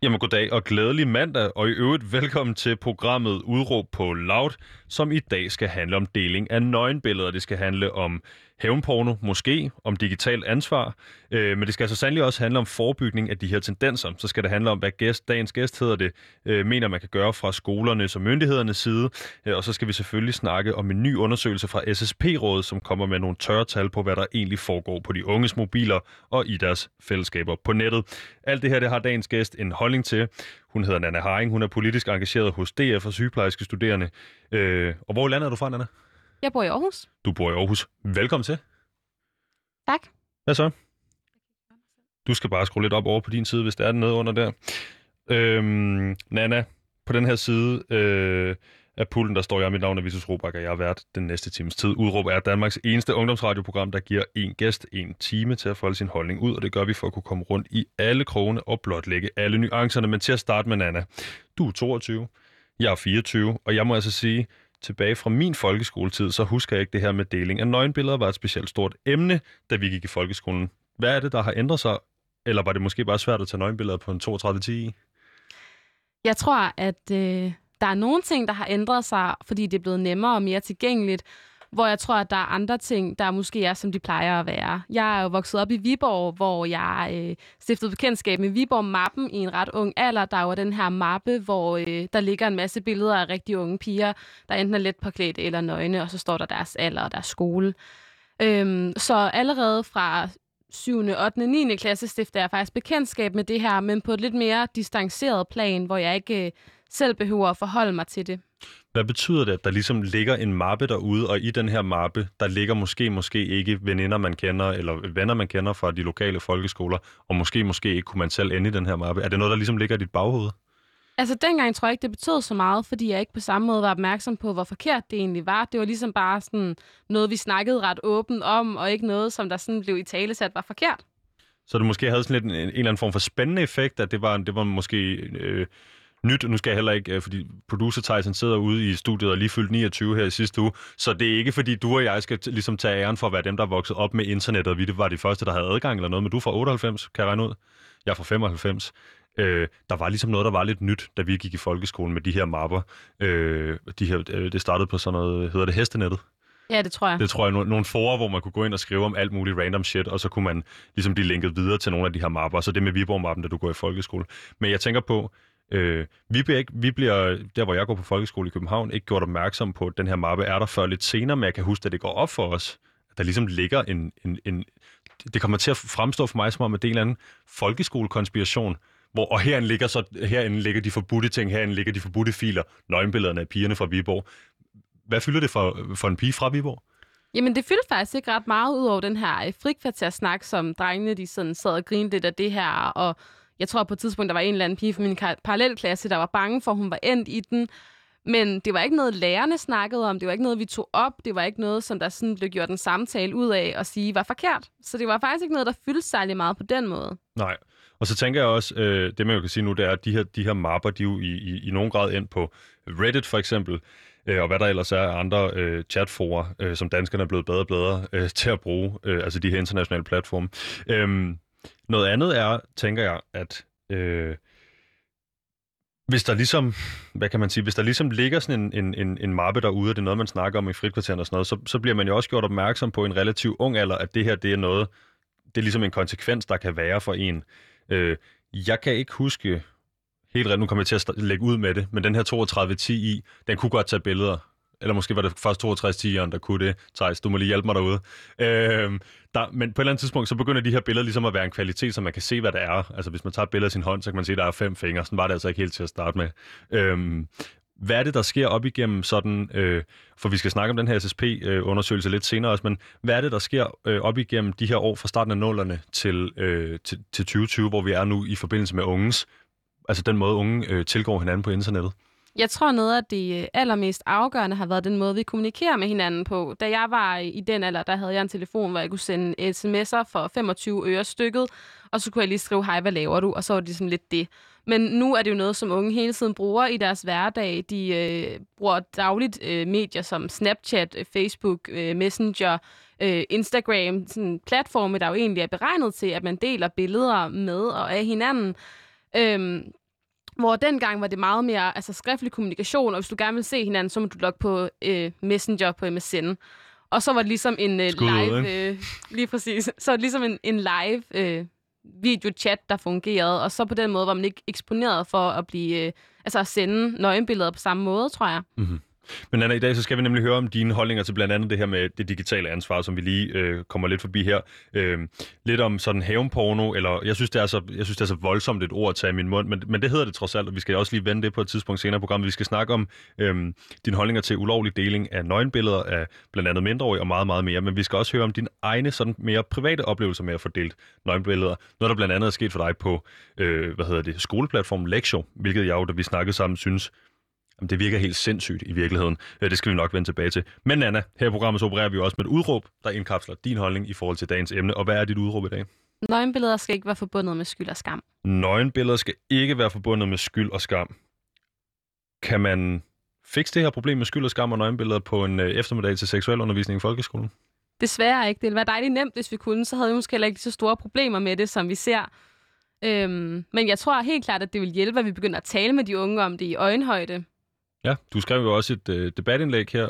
Jamen goddag og glædelig mandag, og i øvrigt velkommen til programmet Udråb på Loud, som i dag skal handle om deling af nøgenbilleder. Det skal handle om hævnporno, måske om digitalt ansvar, men det skal så sandelig også handle om forebygning af de her tendenser. Så skal det handle om, hvad dagens gæst hedder det, mener man kan gøre fra skolernes og myndighedernes side, og så skal vi selvfølgelig snakke om en ny undersøgelse fra SSP-rådet, som kommer med nogle tørre tal på, hvad der egentlig foregår på de unges mobiler og i deres fællesskaber på nettet. Alt det her, det har dagens gæst en holdning til. Hun hedder Nanna Haring, hun er politisk engageret hos DF og sygeplejerske studerende. Og hvor i landet er du fra, Nanna? Jeg bor i Aarhus. Du bor i Aarhus. Velkommen til. Tak. Hvad så? Du skal bare skrue lidt op over på din side, hvis der er nede under der. Nanna, på den her side af pulten, der står jeg. Mit navn er Vitus Robak, og jeg har været den næste times tid. Udråb er Danmarks eneste ungdomsradioprogram, der giver en gæst en time til at folde sin holdning ud, og det gør vi for at kunne komme rundt i alle krogene og blotlægge alle nuancerne. Men til at starte med, Nanna, du er 22, jeg er 24, og jeg må altså sige, tilbage fra min folkeskoletid, så husker jeg ikke det her med deling af nøgenbilleder var et specielt stort emne, da vi gik i folkeskolen. Hvad er det, der har ændret sig? Eller var det måske bare svært at tage nøgenbilleder på en 3210? Jeg tror, at der er nogle ting, der har ændret sig, fordi det er blevet nemmere og mere tilgængeligt, hvor jeg tror, at der er andre ting, der måske er, som de plejer at være. Jeg er jo vokset op i Viborg, hvor jeg stiftede bekendtskab med Viborg-mappen i en ret ung alder. Der er jo den her mappe, hvor der ligger en masse billeder af rigtig unge piger, der enten er let påklædte eller nøgne, og så står der deres alder og deres skole. Så allerede fra 7., 8., 9. klasse stifter jeg faktisk bekendtskab med det her, men på et lidt mere distanceret plan, hvor jeg ikke selv behøver at forholde mig til det. Hvad betyder det, at der ligesom ligger en mappe derude, og i den her mappe, der ligger måske ikke veninder, man kender, eller venner, man kender fra de lokale folkeskoler, og måske ikke kunne man selv ende i den her mappe? Er det noget, der ligesom ligger i dit baghoved? Altså dengang tror jeg ikke, det betød så meget, fordi jeg ikke på samme måde var opmærksom på, hvor forkert det egentlig var. Det var ligesom bare sådan noget, vi snakkede ret åbent om, og ikke noget, som der sådan blev italesat var forkert. Så det måske havde sådan lidt en eller anden form for spændende effekt, at det var måske nyt. Nu skal jeg heller ikke, fordi producer Tyson sidder ude i studiet og lige fyldt 29 her i sidste uge, så det er ikke fordi du og jeg skal ligesom tage æren for at være dem, der er vokset op med internettet, og vi var de første, der havde adgang eller noget, men du er fra 98, kan jeg regne ud? Jeg er fra 95. Der var ligesom noget, der var lidt nyt, da vi gik i folkeskolen med de her mapper. Det startede på sådan noget, hedder det hestenettet? Ja, det tror jeg. Det tror jeg, nogle forer, hvor man kunne gå ind og skrive om alt muligt random shit, og så kunne man ligesom blive linket videre til nogle af de her mapper. Så det med Viborg-mappen, da du går i folkeskole. Men jeg tænker på, vi bliver, der hvor jeg går på folkeskole i København, ikke gjort opmærksom på, at den her mappe er der før lidt senere, men jeg kan huske, at det går op for os, at der ligesom ligger det kommer til at fremstå for mig som om, at det er en eller anden folkeskolekonspiration, og herinde ligger de forbudte ting, herinde ligger de forbudte filer, nøgenbillederne af pigerne fra Viborg. Hvad fylder det for en pige fra Viborg? Jamen, det fyldte faktisk ikke ret meget ud over den her frikvartersnak, som drengene de sådan sad og grinede lidt af det her, og jeg tror på et tidspunkt, der var en eller anden pige fra min parallelklasse, der var bange for, at hun var endt i den. Men det var ikke noget, lærerne snakkede om. Det var ikke noget, vi tog op. Det var ikke noget, som der sådan blev gjort en samtale ud af at sige var forkert. Så det var faktisk ikke noget, der fyldte særlig meget på den måde. Nej. Og så tænker jeg også, det man jo kan sige nu, det er, at de her mapper, de er jo i nogen grad ind på Reddit for eksempel, og hvad der ellers er andre chatforer, som danskerne er blevet bedre og bedre til at bruge, altså de her internationale platforme. Noget andet er, tænker jeg, at hvis der ligesom, hvad kan man sige, hvis der ligesom ligger sådan en mappe derude, og det er noget, man snakker om i frikvarteren og sådan noget, så bliver man jo også gjort opmærksom på en relativt ung alder, at det her, det er noget, det er ligesom en konsekvens, der kan være for en. Jeg kan ikke huske helt ret, nu kommer jeg til at lægge ud med det, men den her 3210i, den kunne godt tage billeder. Eller måske var det først 6210'eren, der kunne det. Thijs, du må lige hjælpe mig derude. Men på et eller andet tidspunkt, så begynder de her billeder ligesom at være en kvalitet, så man kan se, hvad det er. Altså hvis man tager et billede af sin hånd, så kan man se, at der er 5 fingre. Sådan var det altså ikke helt til at starte med. Hvad er det, der sker op igennem sådan, for vi skal snakke om den her SSP-undersøgelse lidt senere også, men hvad er det, der sker op igennem de her år fra starten af 0'erne til 2020, hvor vi er nu i forbindelse med unges, altså den måde unge tilgår hinanden på internettet? Jeg tror noget af det allermest afgørende har været den måde, vi kommunikerer med hinanden på. Da jeg var i den alder, der havde jeg en telefon, hvor jeg kunne sende sms'er for 25 øre stykket, og så kunne jeg lige skrive, hej, hvad laver du? Og så var det sådan lidt det. Men nu er det jo noget, som unge hele tiden bruger i deres hverdag. De bruger dagligt medier som Snapchat, Facebook, Messenger, Instagram, sådan platforme, der jo egentlig er beregnet til, at man deler billeder med og af hinanden. Hvor dengang var det meget mere skriftlig kommunikation, og hvis du gerne vil se hinanden, så må du logge på Messenger på MSN. Og så var det ligesom en live... lige præcis. Så var det ligesom en live videochat, der fungerede, og så på den måde var man ikke eksponeret for at blive... at sende nøgenbilleder på samme måde, tror jeg. Mm-hmm. Men Anna, i dag så skal vi nemlig høre om dine holdninger til blandt andet det her med det digitale ansvar, som vi lige kommer lidt forbi her. Lidt om sådan hævnporno, eller jeg synes, det er så voldsomt et ord at tage i min mund, men det hedder det trods alt, og vi skal også lige vende det på et tidspunkt senere i programmet. Vi skal snakke om dine holdninger til ulovlig deling af nøgenbilleder af blandt andet mindreårige og meget, meget mere, men vi skal også høre om dine egne sådan mere private oplevelser med at få delt nøgenbilleder. Noget, der blandt andet er sket for dig på skoleplatformen Lexio, hvilket jeg jo, da vi snakkede sammen, synes det virker helt sindssygt i virkeligheden. Det skal vi nok vende tilbage til. Men Anna, her i programmet så opererer vi også med et udråb, der indkapsler din holdning i forhold til dagens emne. Og hvad er dit udråb i dag? Nøgenbilleder skal ikke være forbundet med skyld og skam. Nøgenbilleder skal ikke være forbundet med skyld og skam. Kan man fikse det her problem med skyld og skam og nøgenbilleder på en eftermiddag til seksuel undervisning i folkeskolen? Desværre ikke. Det ville være dejligt nemt, hvis vi kunne. Så havde vi måske heller ikke så store problemer med det, som vi ser. Men jeg tror helt klart, at det vil hjælpe, at vi begynder at tale med de unge om det i øjenhøjde. Ja, du skrev jo også et debatindlæg her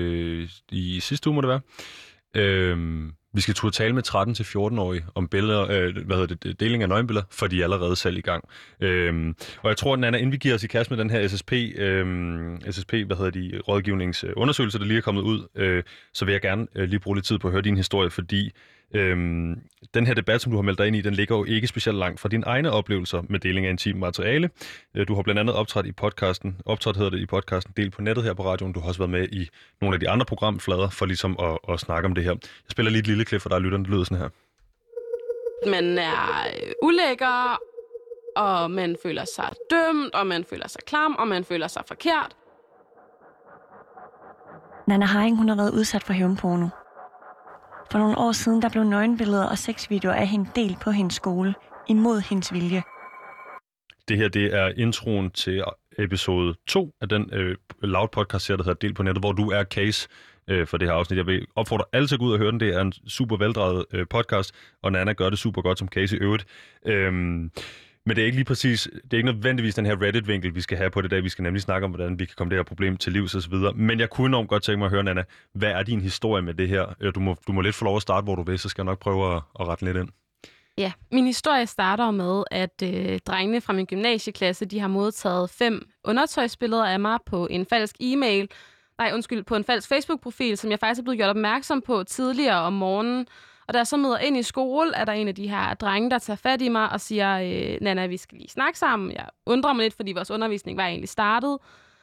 i sidste uge, må det være. Vi skal turde tale med 13-14-årige om billeder, deling af nøgenbilleder, for de er allerede selv i gang. Og jeg tror, Anna, inden vi giver os i kast med den her SSP rådgivningsundersøgelse, der lige er kommet ud, så vil jeg gerne lige bruge lidt tid på at høre din historie, fordi den her debat, som du har meldt dig ind i, den ligger jo ikke specielt langt fra dine egne oplevelser med deling af intim materiale. Du har blandt andet optrådt i podcasten Del på nettet her på radioen. Du har også været med i nogle af de andre programflader for ligesom at snakke om det her. Jeg spiller lige et lille klip for dig, lytteren. Det lyder sådan her. Man er ulækker, og man føler sig dømt, og man føler sig klam, og man føler sig forkert. Nanna Haring, hun har været udsat for hævnporno. For nogle år siden, der blev nøgenbilleder og sexvideoer af hende delt på hendes skole, imod hendes vilje. Det her, det er introen til episode 2 af den Loud podcast der hedder Del på nettet, hvor du er case for det her afsnit. Jeg vil opfordre alle til at gå ud og høre den. Det er en super veldrejet podcast, og Nanna gør det super godt som case i øvrigt. Men det er ikke lige præcis, det er ikke nødvendigvis den her Reddit-vinkel, vi skal have på det dag. Vi skal nemlig snakke om, hvordan vi kan komme det her problem til livs og så videre. Men jeg kunne enormt godt tænke mig at høre, Nanna, hvad er din historie med det her? Du må lidt få lov at starte, hvor du vil, så skal jeg nok prøve at rette lidt ind. Ja, min historie starter med, at drengene fra min gymnasieklasse, de har modtaget 5 undertøjsbilleder af mig på en falsk på en falsk Facebook-profil, som jeg faktisk er blevet gjort opmærksom på tidligere om morgenen. Og da jeg så møder ind i skole, er der en af de her drenge, der tager fat i mig og siger, Nanna, vi skal lige snakke sammen. Jeg undrer mig lidt, fordi vores undervisning var egentlig startet.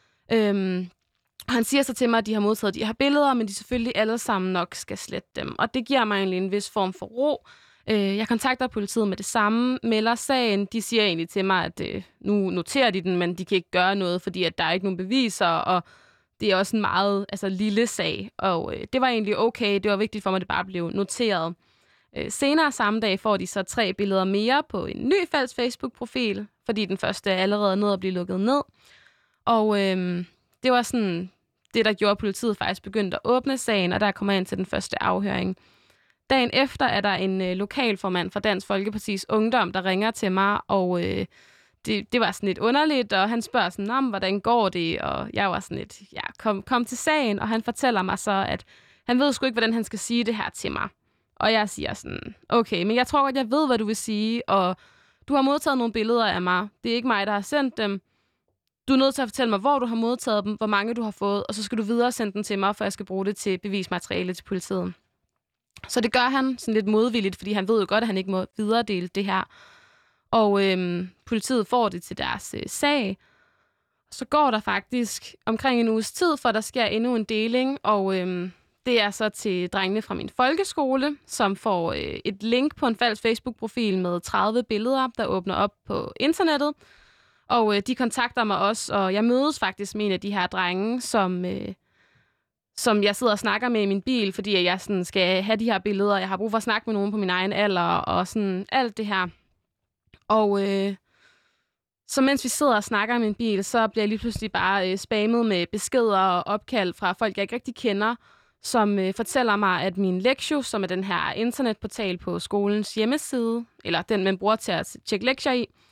Han siger så til mig, at de har modtaget de her billeder, men de selvfølgelig alle sammen nok skal slette dem. Og det giver mig egentlig en vis form for ro. Jeg kontakter politiet med det samme, melder sagen. De siger egentlig til mig, at nu noterer de den, men de kan ikke gøre noget, fordi at der er ikke nogen beviser, og det er også en meget lille sag. Og det var egentlig okay. Det var vigtigt for mig, at det bare blev noteret. Senere samme dag får de så 3 billeder mere på en ny falsk Facebook-profil, fordi den første er allerede nået at blive lukket ned. Og det var sådan det, der gjorde, at politiet faktisk begyndte at åbne sagen, og der kommer jeg ind til den første afhøring. Dagen efter er der en lokalformand fra Dansk Folkepartis Ungdom, der ringer til mig, og det var sådan lidt underligt, og han spørger sådan, hvordan går det? Og jeg var sådan lidt, kom til sagen, og han fortæller mig så, at han ved sgu ikke, hvordan han skal sige det her til mig. Og jeg siger sådan, okay, men jeg tror godt, jeg ved, hvad du vil sige, og du har modtaget nogle billeder af mig. Det er ikke mig, der har sendt dem. Du er nødt til at fortælle mig, hvor du har modtaget dem, hvor mange du har fået, og så skal du videre sende dem til mig, for jeg skal bruge det til bevismateriale til politiet. Så det gør han sådan lidt modvilligt, fordi han ved jo godt, at han ikke må videredele det her. Og politiet får det til deres sag. Så går der faktisk omkring en uges tid, for der sker endnu en deling, og det er så til drengene fra min folkeskole, som får et link på en falsk Facebook-profil med 30 billeder, der åbner op på internettet. Og de kontakter mig også, og jeg mødes faktisk med en af de her drenge, som jeg sidder og snakker med i min bil, fordi jeg sådan skal have de her billeder. Jeg har brug for at snakke med nogen på min egen alder, og sådan alt det her. Og så mens vi sidder og snakker i min bil, så bliver jeg lige pludselig bare spammet med beskeder og opkald fra folk, jeg ikke rigtig kender, som fortæller mig, at min Lexio, som er den her internetportal på skolens hjemmeside, eller den, man bruger til at tjekke lektier i,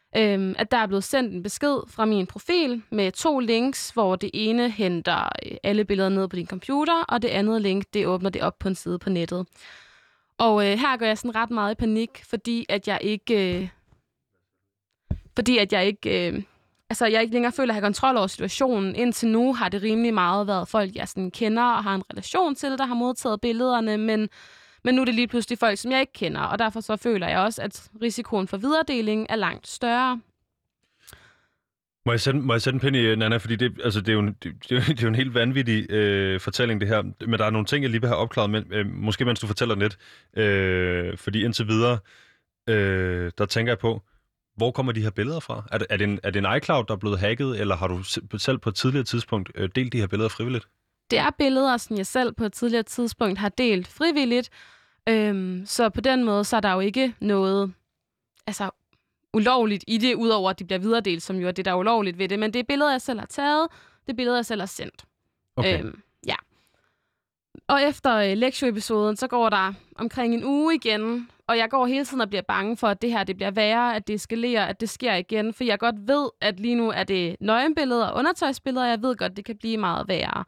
At der er blevet sendt en besked fra min profil med 2 links, hvor det ene henter alle billeder ned på din computer, og det andet link, det åbner det op på en side på nettet. Og her går jeg sådan ret meget i panik, fordi jeg ikke længere føler, at jeg har kontrol over situationen. Indtil nu har det rimelig meget været folk, jeg sådan kender og har en relation til, der har modtaget billederne, men nu er det lige pludselig folk, som jeg ikke kender, og derfor så føler jeg også, at risikoen for videredeling er langt større. Må jeg sætte en pind i, Nanna, fordi det er jo en helt vanvittig fortælling, det her. Men der er nogle ting, jeg lige vil have opklaret, men, måske mens du fortæller lidt. Fordi indtil videre, der tænker jeg på, hvor kommer de her billeder fra? Er det en iCloud, der er blevet hacket, eller har du selv på et tidligere tidspunkt delt de her billeder frivilligt? Det er billeder, som jeg selv på et tidligere tidspunkt har delt frivilligt. Så på den måde, så er der jo ikke noget ulovligt i det, udover at de bliver videredelt, som jo er det, der er ulovligt ved det. Men det er billeder, jeg selv har taget. Det er billeder, jeg selv har sendt. Okay. Ja. Og efter lektioepisoden, så går der omkring en uge igen, og jeg går hele tiden og bliver bange for, at det her det bliver værre, at det eskalerer, at det sker igen. For jeg godt ved, at lige nu er det nøgenbilleder og undertøjsbilleder, og jeg ved godt, at det kan blive meget værre.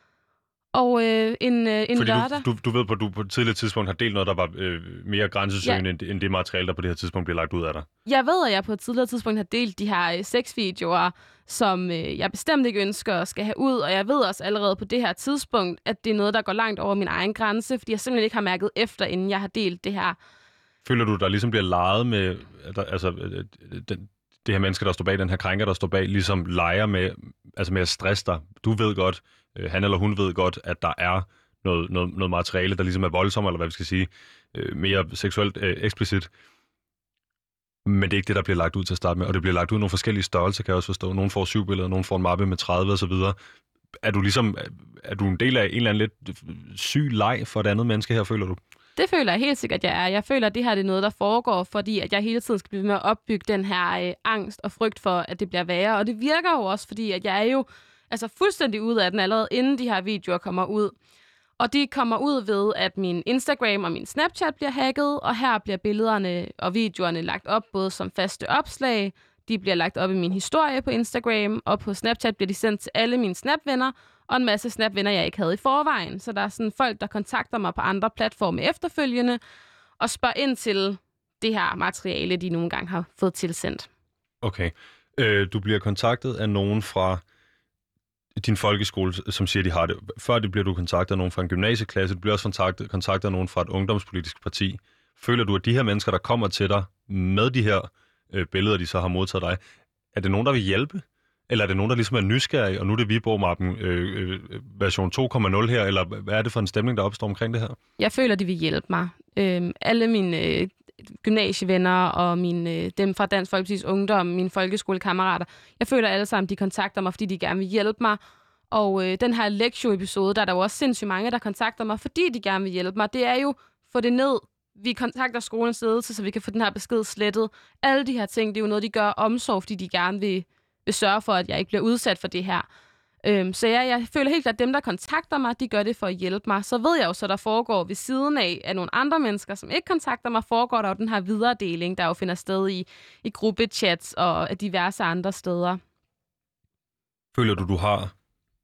Og en lørdag... Du ved, at du på et tidligere tidspunkt har delt noget, der var mere grænsesøgende, end det materiale, der på det her tidspunkt bliver lagt ud af dig. Jeg ved, at jeg på et tidligere tidspunkt har delt de her sexvideoer, som jeg bestemt ikke ønsker skal have ud, og jeg ved også allerede på det her tidspunkt, at det er noget, der går langt over min egen grænse, fordi jeg simpelthen ikke har mærket efter, inden jeg har delt det her. Føler du, der ligesom bliver leget med, det her menneske, der står bag, den her krænker, der står bag, ligesom leger med at stresse dig? Du ved godt, han eller hun ved godt, at der er noget materiale, der ligesom er voldsomt, eller hvad vi skal sige, mere seksuelt eksplicit. Men det er ikke det, der bliver lagt ud til at starte med, og det bliver lagt ud nogle forskellige størrelser, kan jeg også forstå. Nogle får 7 billeder, nogle får en mappe med 30 og så videre. Er du en del af en eller anden lidt syg leg for et andet menneske her, føler du? Det føler jeg helt sikkert, jeg er. Jeg føler, at det her er noget, der foregår, fordi at jeg hele tiden skal blive med at opbygge den her angst og frygt for, at det bliver værre. Og det virker jo også, fordi at jeg er jo fuldstændig ud af den allerede, inden de her videoer kommer ud. Og de kommer ud ved, at min Instagram og min Snapchat bliver hacket, og her bliver billederne og videoerne lagt op både som faste opslag. De bliver lagt op i min historie på Instagram, og på Snapchat bliver de sendt til alle mine Snap-venner, og en masse Snap-venner, jeg ikke havde i forvejen. Så der er sådan folk, der kontakter mig på andre platforme efterfølgende, og spørger ind til det her materiale, de nogle gange har fået tilsendt. Okay. Du bliver kontaktet af nogen fra din folkeskole, som siger, de har det. Før det bliver du kontaktet af nogen fra en gymnasieklasse. Du bliver også kontaktet af nogen fra et ungdomspolitisk parti. Føler du, at de her mennesker, der kommer til dig med de her billeder, de så har modtaget dig, er det nogen, der vil hjælpe? Eller er det nogen, der ligesom er nysgerrige, og nu er det Viborg-mappen version 2.0 her, eller hvad er det for en stemning, der opstår omkring det her? Jeg føler, de vil hjælpe mig. Alle mine gymnasievenner og dem fra Dansk Folkepartis Ungdom, mine folkeskolekammerater, jeg føler alle sammen, de kontakter mig, fordi de gerne vil hjælpe mig. Og den her lektio-episode, der er der jo også sindssygt mange, der kontakter mig, fordi de gerne vil hjælpe mig. Det er jo få det ned. Vi kontakter skolens ledelse, så vi kan få den her besked slettet. Alle de her ting, det er jo noget, de gør omsorg, fordi de gerne vil sørge for, at jeg ikke bliver udsat for det her. Så jeg føler helt klart, at dem, der kontakter mig, de gør det for at hjælpe mig. Så ved jeg jo så, der foregår ved siden af nogle andre mennesker, som ikke kontakter mig, foregår der jo den her videredeling, der jo finder sted i gruppechats og diverse andre steder. Føler du har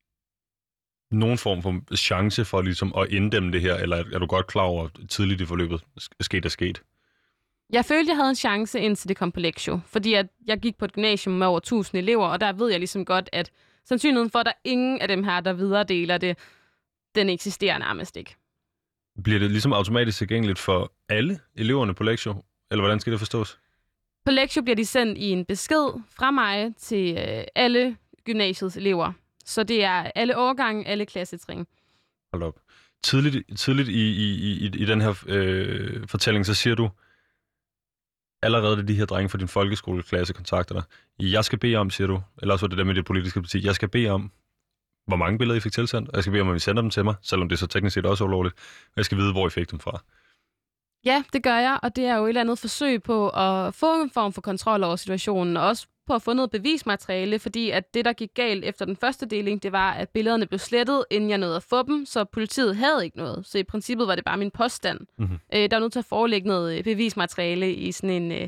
nogen form for chance for ligesom at inddæmme det her, eller er du godt klar over tidligt i forløbet sket? Jeg følte, jeg havde en chance, indtil det kom på lektio, fordi jeg gik på et gymnasium med over 1000 elever, og der ved jeg ligesom godt, at sandsynligheden for, at der er ingen af dem her, der videredeler det, den eksisterer nærmest ikke. Bliver det ligesom automatisk tilgængeligt for alle eleverne på lektio, eller hvordan skal det forstås? På lektio bliver de sendt i en besked fra mig til alle gymnasiets elever. Så det er alle årgange, alle klassetrin. Hold op. Tidligt i den her fortælling, så siger du, allerede de her drenge fra din folkeskoleklasse kontakter dig. Jeg skal bede om, siger du, eller også var det der med det politiske parti, jeg skal bede om, hvor mange billeder I fik tilsendt, og jeg skal bede om, at I sender dem til mig, selvom det så teknisk set også er ulovligt, og jeg skal vide, hvor I fik dem fra. Ja, det gør jeg, og det er jo et eller andet forsøg på at få en form for kontrol over situationen, og også på at få noget bevismateriale, fordi at det, der gik galt efter den første deling, det var, at billederne blev slettet, inden jeg nåede at få dem, så politiet havde ikke noget. Så i princippet var det bare min påstand. Mm-hmm. Der er nødt til at forelægge noget bevismateriale i sådan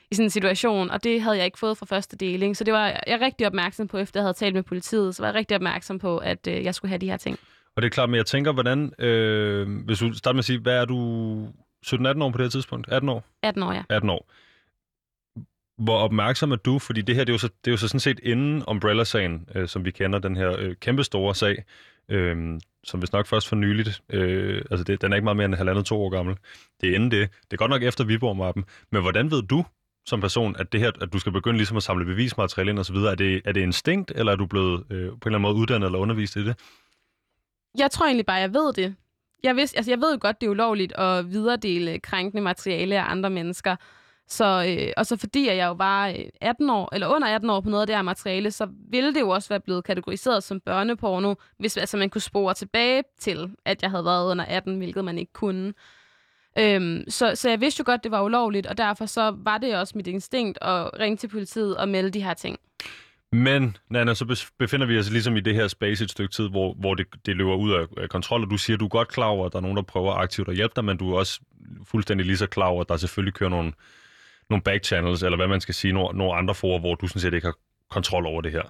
i sådan en situation, og det havde jeg ikke fået fra første deling. Så det var jeg rigtig opmærksom på, efter jeg havde talt med politiet, så var jeg rigtig opmærksom på, at jeg skulle have de her ting. Og det er klart, men jeg tænker, hvordan, hvis du starter med at sige, hvad er du 17-18 år på det her tidspunkt? 18 år? 18 år, ja. 18 år. Hvor opmærksom er du? Fordi det her, det er jo så sådan set inden Umbrella-sagen, som vi kender, den her kæmpestore sag, som vist nok først for nyligt, den er ikke meget mere end 1,5-2 år gammel. Det er inden det. Det er godt nok efter Viborg-mappen. Men hvordan ved du som person, at det her, at du skal begynde ligesom at samle bevismateriale ind og så videre? Er det instinkt, eller er du blevet på en eller anden måde uddannet eller undervist i det? Jeg tror egentlig bare, jeg ved det. Jeg ved jo godt, det er ulovligt at videredele krænkende materiale af andre mennesker. Og så fordi jeg jo var 18 år, eller under 18 år på noget af det her materiale, så ville det jo også være blevet kategoriseret som børneporno, hvis man kunne spore tilbage til, at jeg havde været under 18, hvilket man ikke kunne. Så jeg vidste jo godt, det var ulovligt, og derfor så var det også mit instinkt at ringe til politiet og melde de her ting. Men, Nanna, så befinder vi os ligesom i det her space et stykke tid, hvor det løber ud af kontrol, og du siger, du er godt klar over, at der er nogen, der prøver aktivt at hjælpe dig, men du er også fuldstændig lige så klar over, at der selvfølgelig kører nogle backchannels, eller hvad man skal sige, nogle andre forer, hvor du sådan set ikke har kontrol over det her.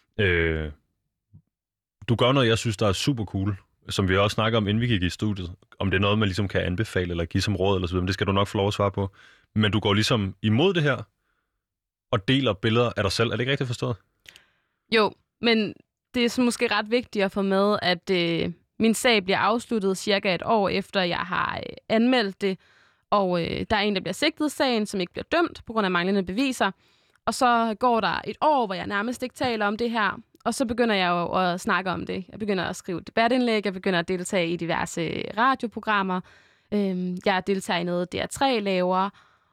Du gør noget, jeg synes, der er super cool, som vi også snakker om, inden vi gik i studiet. Om det er noget, man ligesom kan anbefale, eller give som råd, eller så videre, men det skal du nok få lov at svare på. Men du går ligesom imod det her, og deler billeder af dig selv. Er det ikke rigtigt forstået? Jo, men det er så måske ret vigtigt at få med, at min sag bliver afsluttet cirka 1 år efter, jeg har anmeldt det, og der er en, der bliver sigtet i sagen, som ikke bliver dømt på grund af manglende beviser. Og så går der 1 år, hvor jeg nærmest ikke taler om det her, og så begynder jeg jo at snakke om det. Jeg begynder at skrive debatindlæg, jeg begynder at deltage i diverse radioprogrammer, jeg deltager i noget DR3 laver,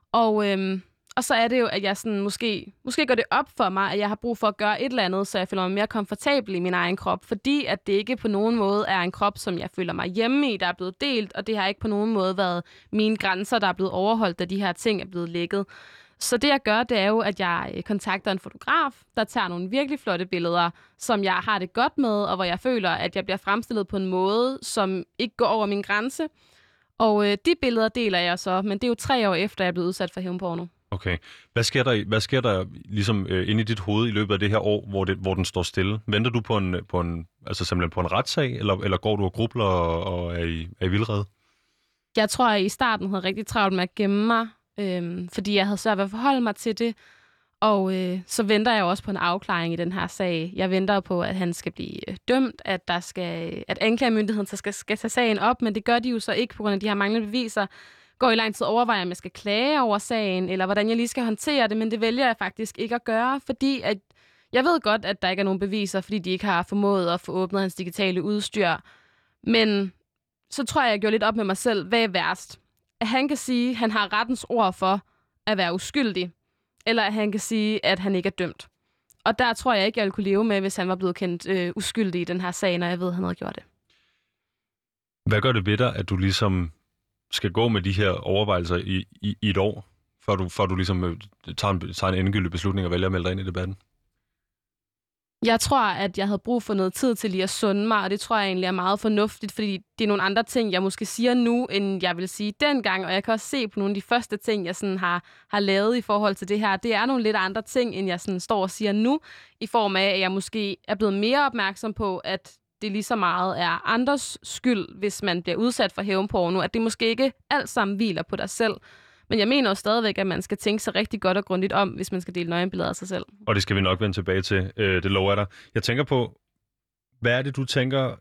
og så er det jo, at jeg sådan måske gør det op for mig, at jeg har brug for at gøre et eller andet, så jeg føler mig mere komfortabel i min egen krop, fordi at det ikke på nogen måde er en krop, som jeg føler mig hjemme i, der er blevet delt, og det har ikke på nogen måde været mine grænser, der er blevet overholdt, da de her ting er blevet lækket. Så det jeg gør, det er jo, at jeg kontakter en fotograf, der tager nogle virkelig flotte billeder, som jeg har det godt med, og hvor jeg føler, at jeg bliver fremstillet på en måde, som ikke går over min grænse. Og de billeder deler jeg så, men det er jo 3 år efter, jeg er blevet udsat for hævnporno. Okay. Hvad sker der ligesom inde i dit hoved i løbet af det her år, hvor den står stille? Venter du simpelthen på en retssag, eller går du og grubler og er i vildrede? Jeg tror, at jeg i starten havde rigtig travlt med at gemme mig, fordi jeg havde svært ved at forholde mig til det. Og så venter jeg jo også på en afklaring i den her sag. Jeg venter på, at han skal blive dømt, at anklagemyndigheden skal tage sagen op, men det gør de jo så ikke på grund af de her manglende beviser. Går i lang tid overvejer, om jeg skal klage over sagen, eller hvordan jeg lige skal håndtere det, men det vælger jeg faktisk ikke at gøre, fordi at jeg ved godt, at der ikke er nogen beviser, fordi de ikke har formået at få åbnet hans digitale udstyr. Men så tror jeg gjorde lidt op med mig selv, hvad er værst? At han kan sige, at han har rettens ord for at være uskyldig, eller at han kan sige, at han ikke er dømt. Og der tror jeg ikke, jeg ville kunne leve med, hvis han var blevet kendt uskyldig i den her sag, når jeg ved, at han havde gjort det. Hvad gør det ved dig, at du ligesom skal gå med de her overvejelser i 1 år, før du ligesom tager en endegyldig beslutning og vælger at melde dig ind i debatten? Jeg tror, at jeg havde brug for noget tid til lige at sunde mig, og det tror jeg egentlig er meget fornuftigt, fordi det er nogle andre ting, jeg måske siger nu, end jeg vil sige dengang, og jeg kan også se på nogle af de første ting, jeg sådan har lavet i forhold til det her. Det er nogle lidt andre ting, end jeg sådan står og siger nu, i form af, at jeg måske er blevet mere opmærksom på, at det lige så meget er andres skyld, hvis man bliver udsat for hævnporno, at det måske ikke alt sammen hviler på dig selv. Men jeg mener jo stadigvæk, at man skal tænke sig rigtig godt og grundigt om, hvis man skal dele nøgenbilleder af sig selv. Og det skal vi nok vende tilbage til, det lover jeg dig. Jeg tænker på, hvad er det, du tænker,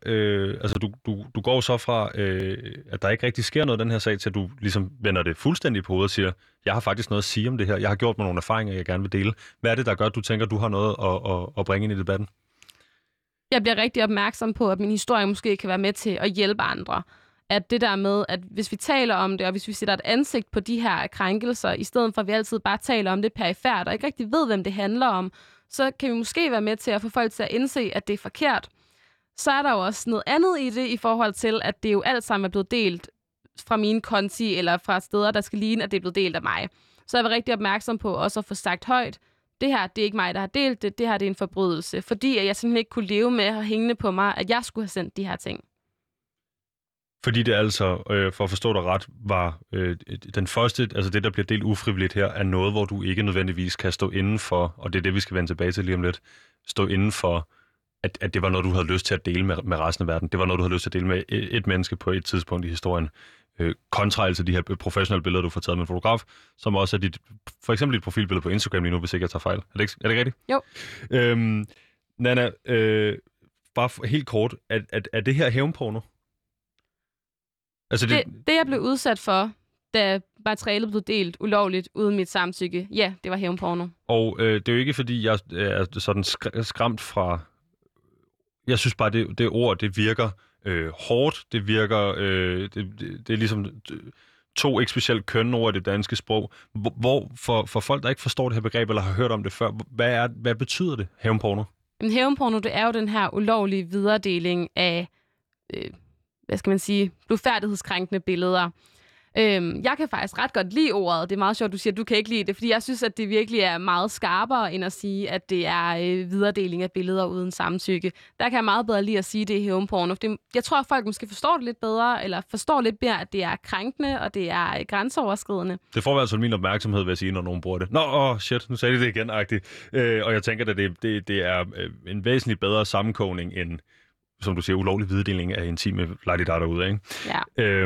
du går så fra, at der ikke rigtig sker noget i den her sag, til at du ligesom vender det fuldstændig på hovedet og siger, jeg har faktisk noget at sige om det her, jeg har gjort mig nogle erfaringer, jeg gerne vil dele. Hvad er det, der gør, at du tænker, at du har noget at bringe ind i debatten? Jeg bliver rigtig opmærksom på, at min historie måske kan være med til at hjælpe andre. At det der med, at hvis vi taler om det, og hvis vi sætter et ansigt på de her krænkelser, i stedet for at vi altid bare taler om det perifært, og ikke rigtig ved, hvem det handler om, så kan vi måske være med til at få folk til at indse, at det er forkert. Så er der jo også noget andet i det, i forhold til, at det jo alt sammen er blevet delt fra mine konti, eller fra steder, der skal ligne, at det er blevet delt af mig. Så jeg var rigtig opmærksom på også at få sagt højt, det her, det er ikke mig, der har delt det, det her, det er en forbrydelse, fordi jeg simpelthen ikke kunne leve med at hænge på mig, at jeg skulle have sendt de her ting. Fordi det altså, for at forstå dig ret, var den første, altså det, der bliver delt ufrivilligt her, er noget, hvor du ikke nødvendigvis kan stå inden for, og det er det, vi skal vende tilbage til lige om lidt, stå inden for, at det var noget, du havde lyst til at dele med resten af verden. Det var noget, du havde lyst til at dele med et menneske på et tidspunkt i historien. Kontra altså de her professionelle billeder, du får taget med en fotograf, som også er for eksempel dit profilbillede på Instagram lige nu, hvis ikke jeg tager fejl. Er det rigtigt? Jo. Nanna, bare helt kort, er det her hævnporno? Altså det, jeg blev udsat for, da materialet blev delt ulovligt uden mit samtykke, ja, det var hævnporno. Og det er jo ikke, fordi jeg er sådan skræmt fra... Jeg synes bare, det ord, det virker hårdt. Det virker... det er ligesom to ikke specielt kønne ord i det danske sprog. Hvor for folk, der ikke forstår det her begreb, eller har hørt om det før, hvad betyder det, hævnporno? Men hævnporno, det er jo den her ulovlige videredeling af... hvad skal man sige, blufærdighedskrænkende billeder. Jeg kan faktisk ret godt lide ordet. Det er meget sjovt, du siger, at du kan ikke lide det, fordi jeg synes, at det virkelig er meget skarpere, end at sige, at det er videredeling af billeder uden samtykke. Der kan jeg meget bedre lide at sige, at det er hævnporno. Jeg tror, at folk måske forstår det lidt bedre, eller forstår lidt mere, at det er krænkende, og det er grænseoverskridende. Det får i hvert fald min opmærksomhed, vil jeg sige, når nogen bruger det. Nu sagde de det igen, agtigt. Og jeg tænker, at det er en væsentlig bedre sammenkogning end, som du siger, ulovlig videredeling af intime lejligheder derude, ikke? Ja.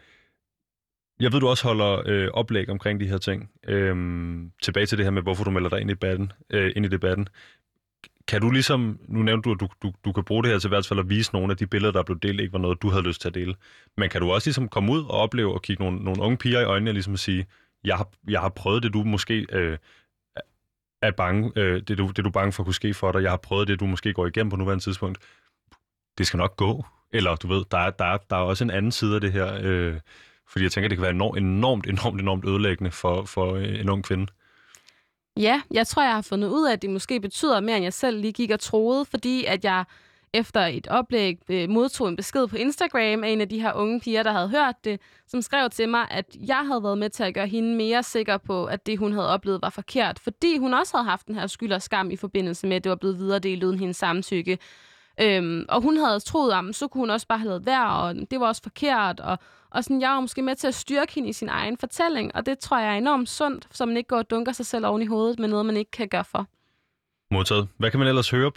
Jeg ved, du også holder oplæg omkring de her ting. Tilbage til det her med, hvorfor du melder dig ind i debatten. Kan du ligesom, nu nævnte du, at du kan bruge det her til i hvert fald at vise nogle af de billeder, der blev delt, ikke var noget, du havde lyst til at dele. Men kan du også ligesom komme ud og opleve og kigge nogle unge piger i øjnene og ligesom at sige, jeg har prøvet det, du måske er bange, det du er bange for kunne ske for dig. Jeg har prøvet det, du måske går igennem på nuværende tidspunkt. Det skal nok gå. Eller du ved, der er også en anden side af det her, fordi jeg tænker, det kan være enormt ødelæggende for en ung kvinde. Ja, jeg tror, jeg har fundet ud af, at det måske betyder mere, end jeg selv lige gik og troede, fordi at jeg efter et oplæg modtog en besked på Instagram af en af de her unge piger, der havde hørt det, som skrev til mig, at jeg havde været med til at gøre hende mere sikker på, at det, hun havde oplevet, var forkert, fordi hun også havde haft den her skyld og skam i forbindelse med, at det var blevet videredelt uden hendes samtykke. Og hun havde troet, at så kunne hun også bare have lavet være, og det var også forkert, og sådan, jeg var måske med til at styrke hende i sin egen fortælling, og det tror jeg er enormt sundt, så man ikke går og dunker sig selv oven i hovedet med noget, man ikke kan gøre for. Modtaget. Hvad kan man ellers høre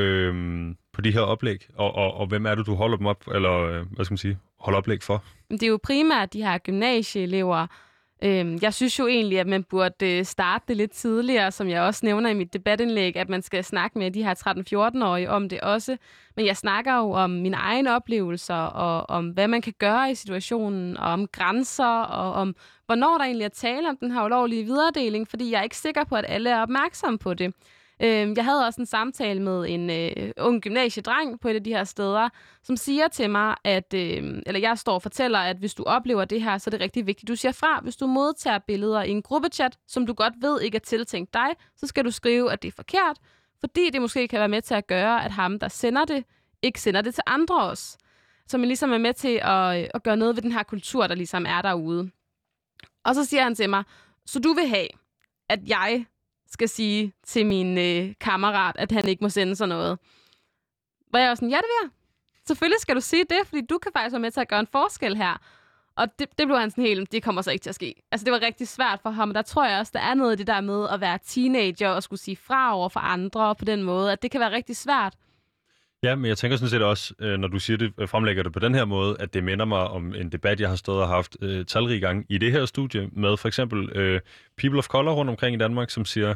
på de her oplæg, og hvem er det, du holder dem op, eller hvad skal man sige, holder oplæg for? Det er jo primært de her gymnasieelever. Jeg synes jo egentlig, at man burde starte det lidt tidligere, som jeg også nævner i mit debatindlæg, at man skal snakke med de her 13-14-årige om det også. Men jeg snakker jo om mine egne oplevelser, og om hvad man kan gøre i situationen, og om grænser, og om hvornår der egentlig er tale om den her ulovlige videredeling, fordi jeg er ikke sikker på, at alle er opmærksomme på det. Jeg havde også en samtale med en ung gymnasiedreng på et af de her steder, som siger til mig, at eller jeg står og fortæller, at hvis du oplever det her, så er det rigtig vigtigt, du siger fra. Hvis du modtager billeder i en gruppechat, som du godt ved ikke er tiltænkt dig, så skal du skrive, at det er forkert, fordi det måske kan være med til at gøre, at ham, der sender det, ikke sender det til andre også. Så man ligesom er med til at gøre noget ved den her kultur, der ligesom er derude. Og så siger han til mig, så du vil have, at jeg skal sige til min kammerat, at han ikke må sende sådan noget. Hvor jeg var sådan, ja, det vil jeg. Selvfølgelig skal du sige det, fordi du kan faktisk være med til at gøre en forskel her. Og det blev han sådan helt, det kommer så ikke til at ske. Altså, det var rigtig svært for ham, og der tror jeg også, der er noget af det der med at være teenager og skulle sige fra over for andre på den måde, at det kan være rigtig svært. Ja, men jeg tænker sådan set også, når du siger det, fremlægger det på den her måde, at det minder mig om en debat, jeg har stået og haft talrige gange i det her studie, med for eksempel People of Color rundt omkring i Danmark, som siger,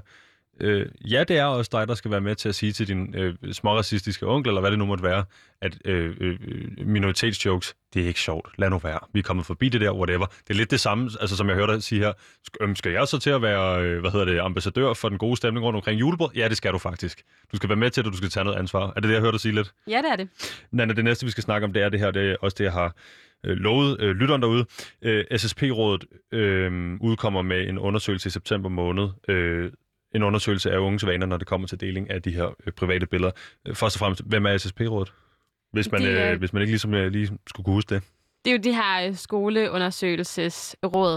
ja, det er også dig, der skal være med til at sige til din småracistiske onkel, eller hvad det nu måtte være, at minoritetsjokes, det er ikke sjovt. Lad nu være. Vi er kommet forbi det der, whatever. Det er lidt det samme, altså, som jeg hørte dig sige her. Skal jeg så til at være, ambassadør for den gode stemning rundt omkring julebord? Ja, det skal du faktisk. Du skal være med til det, du skal tage noget ansvar. Er det det, jeg hørte dig sige lidt? Ja, det er det. Nanna, det næste, vi skal snakke om, det er det her. Det er også det, jeg har lovet lytteren derude. SSP-rådet udkommer med en undersøgelse i september måned. En undersøgelse af unges vaner, når det kommer til deling af de her private billeder. Først og fremmest, hvem er SSP-rådet? Hvis man ikke lige skulle kunne huske det. Det er jo det her skoleundersøgelsesråd.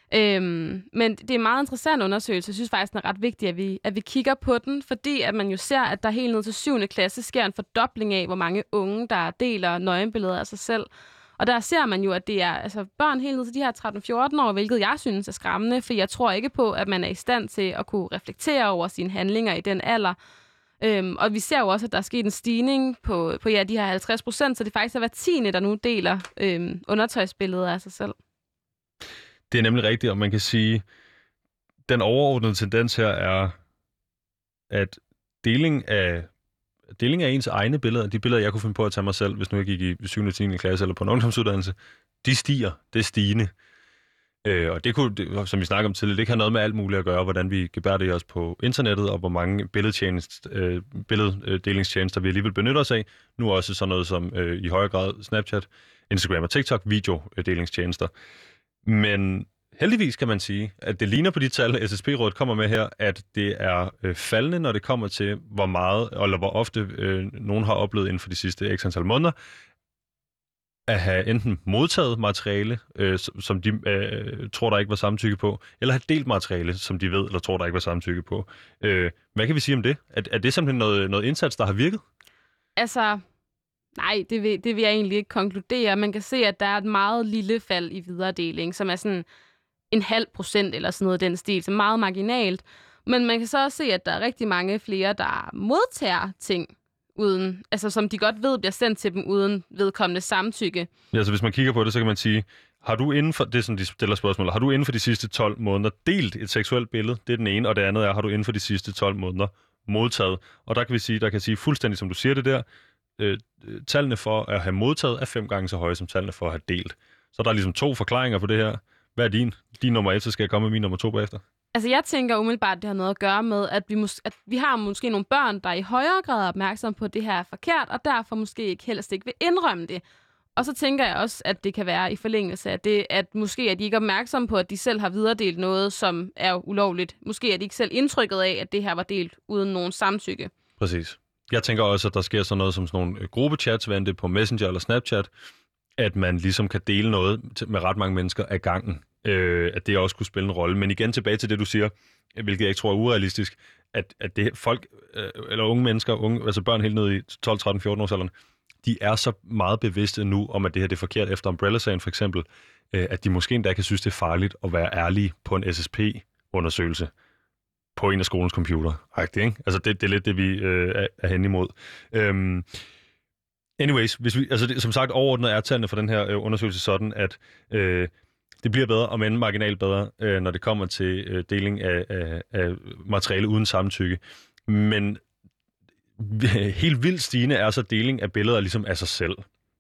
Men det er en meget interessant undersøgelse. Jeg synes faktisk, den er ret vigtigt, at vi kigger på den, fordi at man jo ser, at der helt ned til 7. klasse sker en fordobling af, hvor mange unge, der deler nøgenbilleder af sig selv. Og der ser man jo, at det er altså, børn helt ned til de her 13-14 år, hvilket jeg synes er skræmmende, for jeg tror ikke på, at man er i stand til at kunne reflektere over sine handlinger i den alder. Og vi ser jo også, at der er sket en stigning på de her 50%, så det faktisk er hver 10., der nu deler undertøjsbilleder af sig selv. Det er nemlig rigtigt, og man kan sige, den overordnede tendens her er, at deling af ens egne billeder, de billeder, jeg kunne finde på at tage mig selv, hvis nu jeg gik i 7. og 10. klasse eller på en ungdomsuddannelse, de stiger. Det er stigende. Og det kunne, som vi snakker om tidligere, det kan have noget med alt muligt at gøre, hvordan vi gebærer det os på internettet, og hvor mange billeddelingstjenester vi alligevel benytter os af. Nu også sådan noget som i højere grad Snapchat, Instagram og TikTok, videodelingstjenester. Men heldigvis kan man sige, at det ligner på de tal, SSP-rådet kommer med her, at det er faldende, når det kommer til, hvor meget, eller hvor ofte nogen har oplevet inden for de sidste x antal måneder, at have enten modtaget materiale, som de tror, der ikke var samtykke på, eller have delt materiale, som de ved, eller tror, der ikke var samtykke på. Hvad kan vi sige om det? Er det simpelthen noget indsats, der har virket? Altså, nej, det vil jeg egentlig ikke konkludere. Man kan se, at der er et meget lille fald i videredeling, som er sådan 0,5% eller sådan noget den stil, så meget marginalt. Men man kan så også se, at der er rigtig mange flere, der modtager ting, uden, altså som de godt ved bliver sendt til dem uden vedkommende samtykke. Ja, så hvis man kigger på det, så kan man sige, har du inden for, det er sådan, de stiller spørgsmål, har du inden for de sidste 12 måneder delt et seksuelt billede? Det er den ene, og det andet er, har du inden for de sidste 12 måneder modtaget? Og der kan vi sige, der kan sige fuldstændig, som du siger det der, tallene for at have modtaget er 5 gange så høje som tallene for at have delt. Så der er ligesom 2 forklaringer på det her. Hvad er din? Din nummer 1, så skal jeg komme med min nummer 2 bagefter. Altså, jeg tænker umiddelbart, at det har noget at gøre med, at vi har måske nogle børn, der i højere grad er opmærksomme på, at det her er forkert, og derfor måske helst ikke vil indrømme det. Og så tænker jeg også, at det kan være i forlængelse af det, at måske er de ikke opmærksomme på, at de selv har videredelt noget, som er ulovligt. Måske er de ikke selv indtrykket af, at det her var delt uden nogen samtykke. Præcis. Jeg tænker også, at der sker sådan noget som sådan nogle gruppechats, hvad det på Messenger eller Snapchat, at man ligesom kan dele noget med ret mange mennesker ad gangen. At det også kunne spille en rolle. Men igen tilbage til det, du siger, hvilket jeg ikke tror er urealistisk, at det folk, eller unge mennesker, altså børn helt ned i 12, 13, 14 års alderen, de er så meget bevidste nu om, at det her det er forkert efter Umbrella-sagen for eksempel, at de måske endda kan synes, det er farligt at være ærlige på en SSP-undersøgelse på en af skolens computer. Ikke? Altså det er lidt det, vi er hen imod. Anyways, som sagt overordnet er tallene for den her undersøgelse sådan, at det bliver bedre, om end marginalt bedre, når det kommer til deling af materiale uden samtykke. Men helt vildt stigende er så deling af billeder ligesom af sig selv.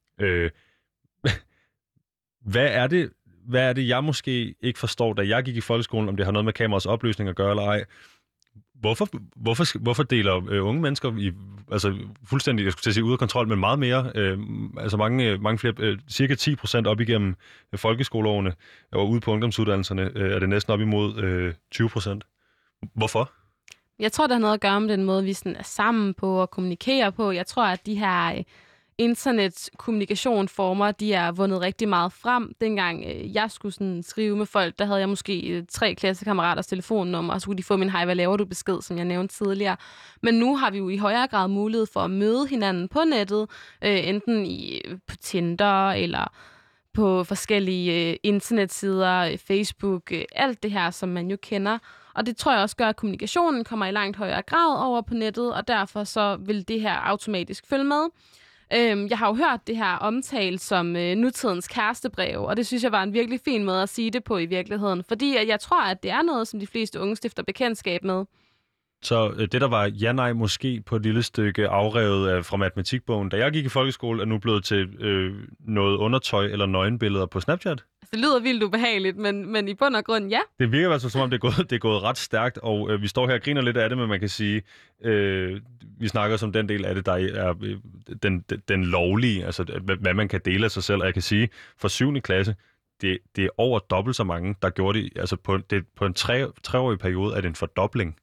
Hvad er det, jeg måske ikke forstår, da jeg gik i folkeskolen, om det har noget med kameraets opløsning at gøre eller ej? Hvorfor deler unge mennesker altså fuldstændig, jeg skulle til at sige, ude af kontrol, men meget mere, altså mange flere, cirka 10% op igennem folkeskoleårene, og ude på ungdomsuddannelserne er det næsten op imod 20%. Hvorfor? Jeg tror, det har noget at gøre med den måde, vi sådan er sammen på og kommunikerer på. Jeg tror, at de her internetkommunikationformer, de er vundet rigtig meget frem. Dengang jeg skulle sådan skrive med folk, der havde jeg måske 3 klassekammeraters telefonnummer, og så kunne de få min hej, hvad laver du besked, som jeg nævnte tidligere. Men nu har vi jo i højere grad mulighed for at møde hinanden på nettet, enten på Tinder eller på forskellige internetsider, Facebook, alt det her, som man jo kender. Og det tror jeg også gør, at kommunikationen kommer i langt højere grad over på nettet, og derfor så vil det her automatisk følge med. Jeg har jo hørt det her omtalt som nutidens kærestebrev, og det synes jeg var en virkelig fin måde at sige det på i virkeligheden, fordi jeg tror, at det er noget, som de fleste unge stifter bekendtskab med. Så det, der var ja-nej måske på et lille stykke afrevet fra matematikbogen, da jeg gik i folkeskole, er nu blevet til noget undertøj eller nøgenbilleder på Snapchat? Det lyder vildt ubehageligt, men i bund og grund, ja. Det virker altså som om, det er gået ret stærkt, og vi står her og griner lidt af det, men man kan sige, vi snakker som den del af det, der er den lovlige, altså hvad man kan dele af sig selv. Og jeg kan sige, for 7. klasse, det er over dobbelt så mange, der gjorde det, altså på en 3-årig periode er det en fordobling.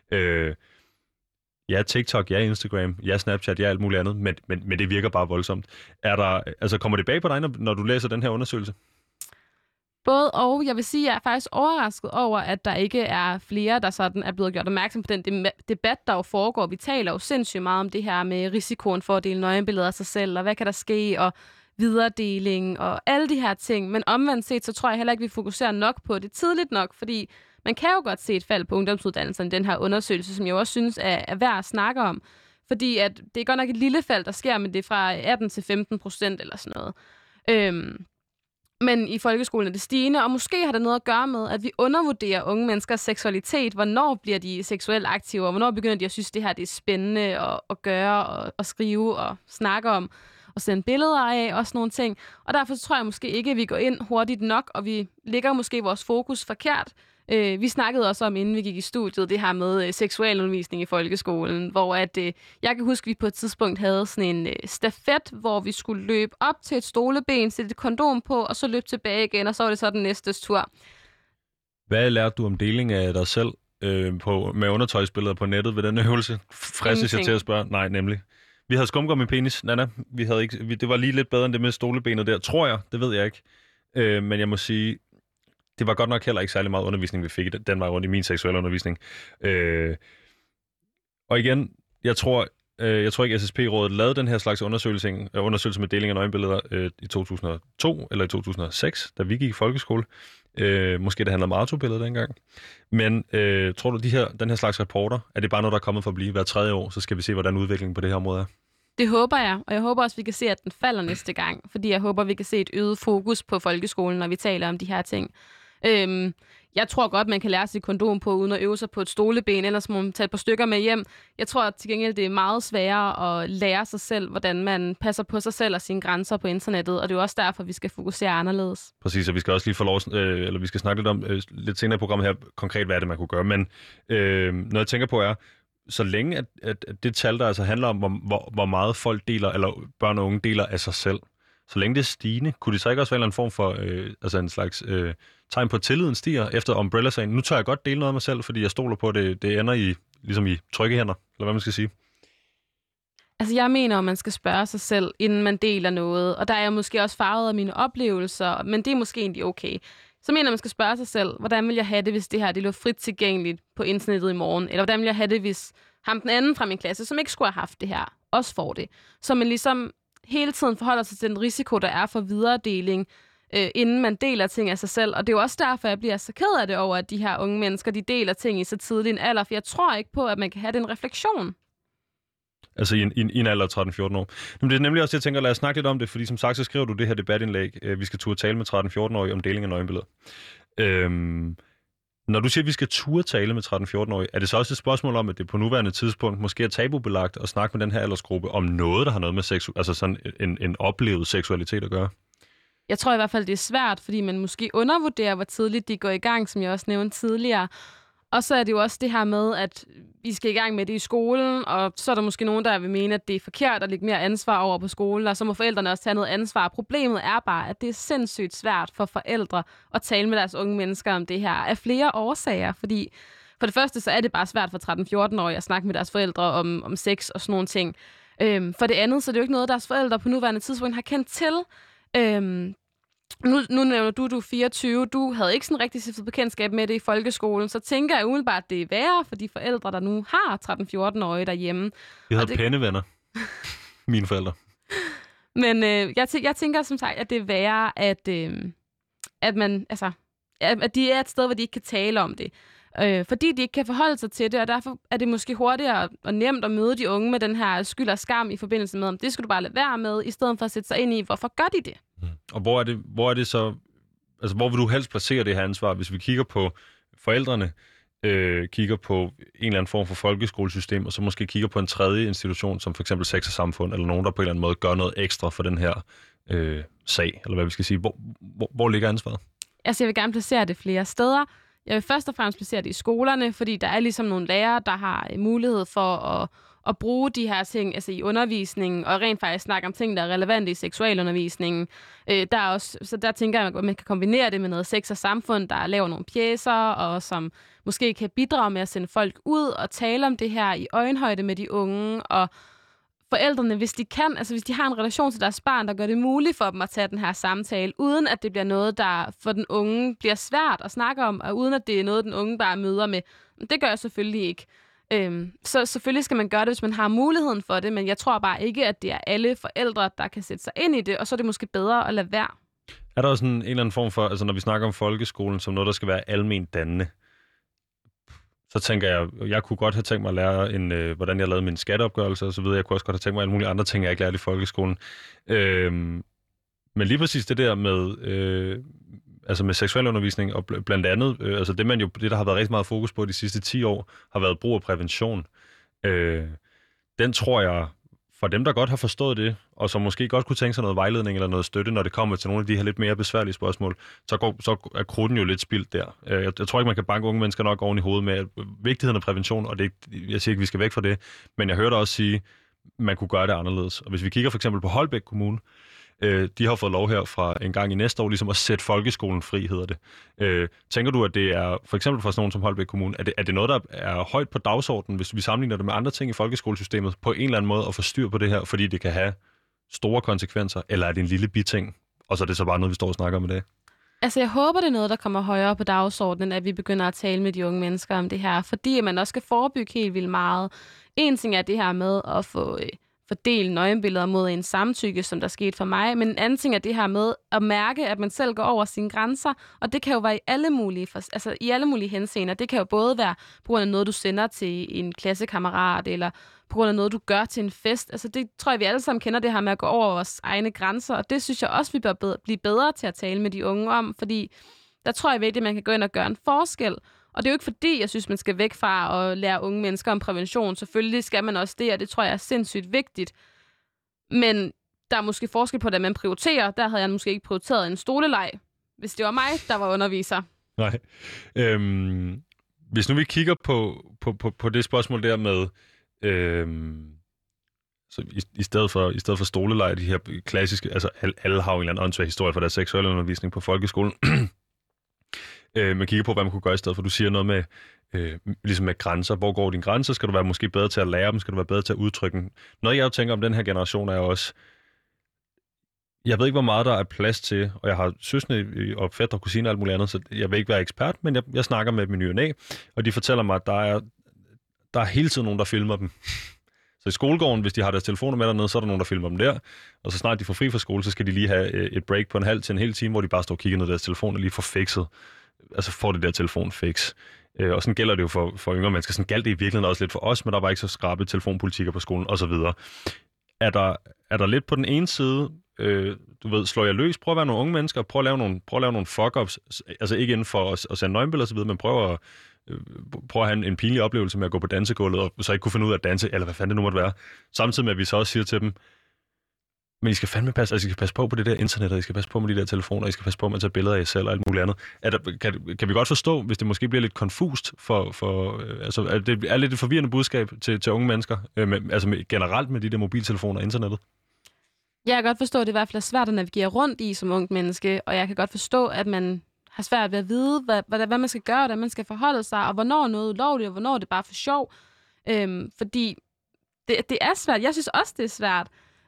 Ja, TikTok, ja, Instagram, ja, Snapchat, ja, alt muligt andet, men det virker bare voldsomt. Kommer det bag på dig, når du læser den her undersøgelse? Både og. Jeg vil sige, at jeg er faktisk overrasket over, at der ikke er flere, der sådan er blevet gjort opmærksom på den debat, der jo foregår. Vi taler jo sindssygt meget om det her med risikoen for at dele nøgenbilleder af sig selv, og hvad kan der ske, og videredeling og alle de her ting. Men omvendt set, så tror jeg heller ikke, vi fokuserer nok på det tidligt nok, fordi man kan jo godt se et fald på ungdomsuddannelserne i den her undersøgelse, som jeg også synes er værd at snakke om. Fordi at det er godt nok et lille fald, der sker, men det er fra 18% til 15% eller sådan noget. Men i folkeskolen er det stigende, og måske har det noget at gøre med, at vi undervurderer unge menneskers seksualitet. Hvornår bliver de seksuelt aktive, og hvornår begynder de at synes, at det her det er spændende at gøre og skrive og snakke om og sende billeder af og sådan nogle ting. Og derfor tror jeg måske ikke, at vi går ind hurtigt nok, og vi lægger måske vores fokus forkert. Vi snakkede også om, inden vi gik i studiet, det her med seksualundervisning i folkeskolen, hvor jeg kan huske, at vi på et tidspunkt havde sådan en stafet, hvor vi skulle løbe op til et stoleben, sætte et kondom på, og så løbe tilbage igen, og så var det så den næste tur. Hvad lærte du om deling af dig selv med undertøjsbilleder på nettet ved den øvelse? Fristes jeg til at spørge? Nej, nemlig. Vi havde skumgummi penis, Nana. Vi havde ikke, det var lige lidt bedre end det med stolebenet der, tror jeg. Det ved jeg ikke. Men jeg må sige, det var godt nok heller ikke særlig meget undervisning, vi fik den vej rundt i min seksuelle undervisning. Og igen, jeg tror ikke, SSP-rådet lavede den her slags undersøgelse med deling af nøgenbilleder i 2002 eller i 2006, da vi gik i folkeskole. Måske det handler om autobilleder dengang. Men tror du, den her slags rapporter, er det bare noget, der er kommet for at blive hver 3. år, så skal vi se, hvordan udviklingen på det her område er? Det håber jeg, og jeg håber også, at vi kan se, at den falder næste gang, fordi jeg håber, at vi kan se et øget fokus på folkeskolen, når vi taler om de her ting. Jeg tror godt, man kan lære sig kondom på, uden at øve sig på et stoleben, ellers må man tage et par stykker med hjem. Jeg tror til gengæld, det er meget sværere at lære sig selv, hvordan man passer på sig selv og sine grænser på internettet, og det er jo også derfor, vi skal fokusere anderledes. Præcis, og vi skal også lige få lov, eller vi skal snakke lidt om lidt senere i programmet her, konkret hvad er det, man kunne gøre. Men noget jeg tænker på er, så længe at det tal, der altså handler om, hvor meget folk deler, eller børn og unge deler af sig selv, så længe det er stigende, kunne det så ikke også være en form for altså en slags tegn på, at tilliden stiger efter Umbrella-sagen? Nu tør jeg godt dele noget af mig selv, fordi jeg stoler på, at det ender i trygge hænder, eller hvad man skal sige. Altså, jeg mener, at man skal spørge sig selv, inden man deler noget. Og der er jeg måske også farvet af mine oplevelser, men det er måske egentlig okay. Så mener man skal spørge sig selv, hvordan vil jeg have det, hvis det her det lå frit tilgængeligt på internettet i morgen? Eller hvordan vil jeg have det, hvis ham den anden fra min klasse, som ikke skulle have haft det her, også får det? Så man ligesom hele tiden forholder sig til den risiko, der er for videredeling, inden man deler ting af sig selv. Og det er jo også derfor, jeg bliver så ked af det over, at de her unge mennesker, de deler ting i så tidlig en alder, for jeg tror ikke på, at man kan have den refleksion. Altså i en alder af 13-14 år. Men det er nemlig også, jeg tænker, lad os snakke lidt om det, fordi som sagt, så skriver du det her debatindlæg. Vi skal turde tale med 13-14-årige om deling af nøgenbilleder. Når du siger, at vi skal turde tale med 13-14-årige, er det så også et spørgsmål om, at det på nuværende tidspunkt måske er tabubelagt at snakke med den her aldersgruppe om noget, der har noget med altså sådan en oplevet seksualitet at gøre? Jeg tror i hvert fald, det er svært, fordi man måske undervurderer, hvor tidligt de går i gang, som jeg også nævnte tidligere. Og så er det jo også det her med, at vi skal i gang med det i skolen, og så er der måske nogen, der vil mene, at det er forkert at lægge mere ansvar over på skolen, og så må forældrene også tage noget ansvar. Problemet er bare, at det er sindssygt svært for forældre at tale med deres unge mennesker om det her af flere årsager, fordi for det første, så er det bare svært for 13-14-årige at snakke med deres forældre om sex og sådan nogle ting. For det andet, så er det jo ikke noget, deres forældre på nuværende tidspunkt har kendt til. Nu nævner du er 24, du havde ikke sådan rigtig stiftet bekendtskab med det i folkeskolen, så tænker jeg umiddelbart, at det er værre for de forældre, der nu har 13-14-årige derhjemme. Vi havde pæne venner, mine forældre. Men jeg tænker som sagt, at det er værre, at man, altså, at de er et sted, hvor de ikke kan tale om det. Fordi de ikke kan forholde sig til det, og derfor er det måske hurtigere og nemt at møde de unge med den her skyld og skam i forbindelse med, om det skulle du bare lade være med, i stedet for at sætte sig ind i, hvorfor gør de det? Og hvor er det så, altså hvor vil du helst placere det her ansvar, hvis vi kigger på forældrene, kigger på en eller anden form for folkeskolesystem, og så måske kigger på en tredje institution, som for eksempel Sex og Samfund, eller nogen, der på en eller anden måde gør noget ekstra for den her sag, eller hvad vi skal sige. Hvor ligger ansvaret? Altså, jeg vil gerne placere det flere steder. Jeg vil først og fremmest placere det i skolerne, fordi der er ligesom nogle lærere, der har mulighed for at bruge de her ting altså i undervisningen, og rent faktisk snakke om ting, der er relevante i seksualundervisningen. Der tænker jeg, at man kan kombinere det med noget Sex og Samfund, der laver nogle pjecer, og som måske kan bidrage med at sende folk ud og tale om det her i øjenhøjde med de unge, og forældrene, hvis de kan, altså hvis de har en relation til deres barn, der gør det muligt for dem at tage den her samtale, uden at det bliver noget, der for den unge bliver svært at snakke om, og uden at det er noget, den unge bare møder med. Det gør jeg selvfølgelig ikke. Så selvfølgelig skal man gøre det, hvis man har muligheden for det, men jeg tror bare ikke, at det er alle forældre, der kan sætte sig ind i det, og så er det måske bedre at lade være. Er der også en eller anden form for, altså når vi snakker om folkeskolen som noget, der skal være alment dannende, så tænker jeg kunne godt have tænkt mig at lære, hvordan jeg lavede min skatteopgørelse og så videre. Jeg kunne også godt have tænkt mig alle mulige andre ting, jeg ikke lærte i folkeskolen. Men lige præcis det der med, altså med seksualundervisning og blandt andet, altså det, der har været rigtig meget fokus på de sidste 10 år, har været brug af prævention. Den tror jeg, for dem, der godt har forstået det, og som måske godt kunne tænke sig noget vejledning eller noget støtte, når det kommer til nogle af de her lidt mere besværlige spørgsmål, så er krudten jo lidt spildt der. Jeg tror ikke, man kan banke unge mennesker nok oven i hovedet med vigtigheden af prævention, og jeg siger ikke, vi skal væk fra det, men jeg hørte også sige, man kunne gøre det anderledes. Og hvis vi kigger for eksempel på Holbæk Kommune, de har fået lov her fra en gang i næste år, ligesom at sætte folkeskolen fri, hedder det. Tænker du, at det er, for eksempel for sådan nogen som Holbæk Kommune, er det noget, der er højt på dagsordenen, hvis vi sammenligner det med andre ting i folkeskolesystemet, på en eller anden måde at få styr på det her, fordi det kan have store konsekvenser, eller er det en lille biting, og så er det så bare noget, vi står og snakker om i dag? Altså, jeg håber, det er noget, der kommer højere på dagsordenen, at vi begynder at tale med de unge mennesker om det her, fordi man også skal forebygge helt vildt meget. En ting er det her med at få fordele nøgenbilleder mod en samtykke, som der skete for mig. Men en anden ting er det her med at mærke, at man selv går over sine grænser, og det kan jo være i alle mulige henseender. Det kan jo både være på grund af noget, du sender til en klassekammerat, eller på grund af noget, du gør til en fest. Altså det tror jeg, vi alle sammen kender det her med at gå over vores egne grænser, og det synes jeg også, vi bør blive bedre til at tale med de unge om, fordi der tror jeg virkelig, at man kan gå ind og gøre en forskel. Og det er jo ikke fordi, jeg synes, man skal væk fra at lære unge mennesker om prævention. Selvfølgelig skal man også det, og det tror jeg er sindssygt vigtigt. Men der er måske forskel på, at man prioriterer. Der havde jeg måske ikke prioriteret en stoleleg, hvis det var mig, der var underviser. Nej. Hvis nu vi kigger på det spørgsmål der med, så i stedet for stoleleg, de her klassiske, altså alle har jo en eller anden åndssvag historie for deres seksuelle undervisning på folkeskolen. Man kigger på, hvad man kunne gøre i stedet for. Du siger noget med, ligesom med grænser. Hvor går dine grænser? Skal du være måske bedre til at lære dem? Skal du være bedre til at udtrykke dem? Noget, jeg jo tænker om den her generation, er også, jeg ved ikke, hvor meget der er plads til, og jeg har søskende og fætre og kusiner og alt muligt andet, så jeg vil ikke være ekspert, men jeg snakker med dem i ny og næ, og de fortæller mig, at der er hele tiden nogen, der filmer dem. Så i skolegården, hvis de har deres telefoner med dernede, så er der nogen, der filmer dem der. Og så snart de får fri fra skole, så skal de lige have et break på en halv til en hel time, hvor de bare står og kigger ned i deres telefon og lige får fikset. Altså får det der telefon fix. Og sådan gælder det jo for yngre mennesker. Sådan galt det i virkeligheden også lidt for os, men der var ikke så skrappe telefonpolitikker på skolen osv. Er der lidt på den ene side, du ved, slår jeg løs, prøv at være nogle unge mennesker, prøv at lave nogle fuck-ups, altså ikke inden for at sende nøgenbilleder osv., men prøv at have en pinlig oplevelse med at gå på dansegulvet, og så ikke kunne finde ud af at danse, eller hvad fanden det nu måtte være. Samtidig med, at vi så også siger til dem, men I skal fandme passe, altså I skal passe på det der internet, og I skal passe på med de der telefoner, og I skal passe på med at tage billeder af jer selv og alt muligt andet. Kan vi godt forstå, hvis det måske bliver lidt konfust altså at det er lidt et forvirrende budskab til unge mennesker, generelt med de der mobiltelefoner og internettet? Jeg kan godt forstå, at det i hvert fald er svært at navigere rundt i som ungt menneske, og jeg kan godt forstå, at man har svært ved at vide, hvad man skal gøre, hvordan man skal forholde sig, og hvornår noget er ulovligt, og hvornår det er bare for sjov. Fordi det er svært. Jeg synes også, det er svært.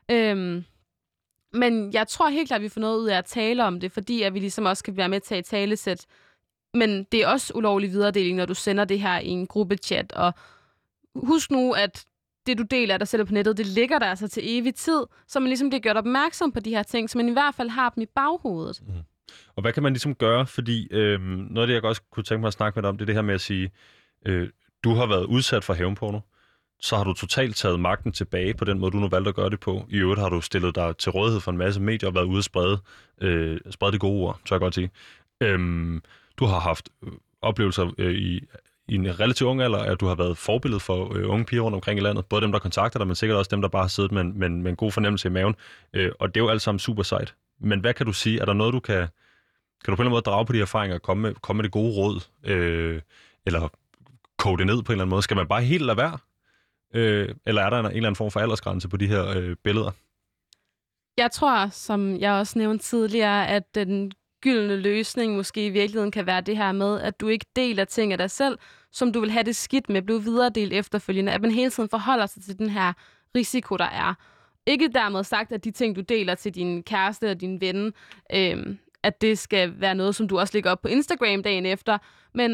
Men jeg tror helt klart, at vi får noget ud af at tale om det, fordi at vi ligesom også kan være med til at talesæt. Men det er også ulovlig videredeling, når du sender det her i en gruppechat. Og husk nu, at det, du deler af dig selv på nettet, det ligger der altså til evig tid, så man ligesom bliver gjort opmærksom på de her ting, så man i hvert fald har dem i baghovedet. Mm. Og hvad kan man ligesom gøre? Fordi noget af det, jeg også kunne tænke mig at snakke med dig om, det er det her med at sige, du har været udsat for hævnporno, så har du totalt taget magten tilbage på den måde, du nu valgte at gøre det på. I øvrigt har du stillet dig til rådighed for en masse medier og været ude at sprede det gode ord, så jeg godt sige. Du har haft oplevelser i en relativt ung alder, at du har været forbillede for unge piger rundt omkring i landet. Både dem, der kontakter dig, men sikkert også dem, der bare har siddet med en god fornemmelse i maven. Og det er jo alt sammen super sejt. Men hvad kan du sige? Er der noget, kan du på en eller anden måde drage på de erfaringer og komme med det gode råd? Eller koge det ned på en eller anden måde? Skal man bare helt lade være? Eller er der en eller anden form for aldersgrænse på de her billeder? Jeg tror, som jeg også nævnte tidligere, at den gyldne løsning måske i virkeligheden kan være det her med, at du ikke deler ting af dig selv, som du vil have det skidt med, blive videredelt efterfølgende. At man hele tiden forholder sig til den her risiko, der er. Ikke dermed sagt, at de ting, du deler til din kæreste og din ven, at det skal være noget, som du også lægger op på Instagram dagen efter, men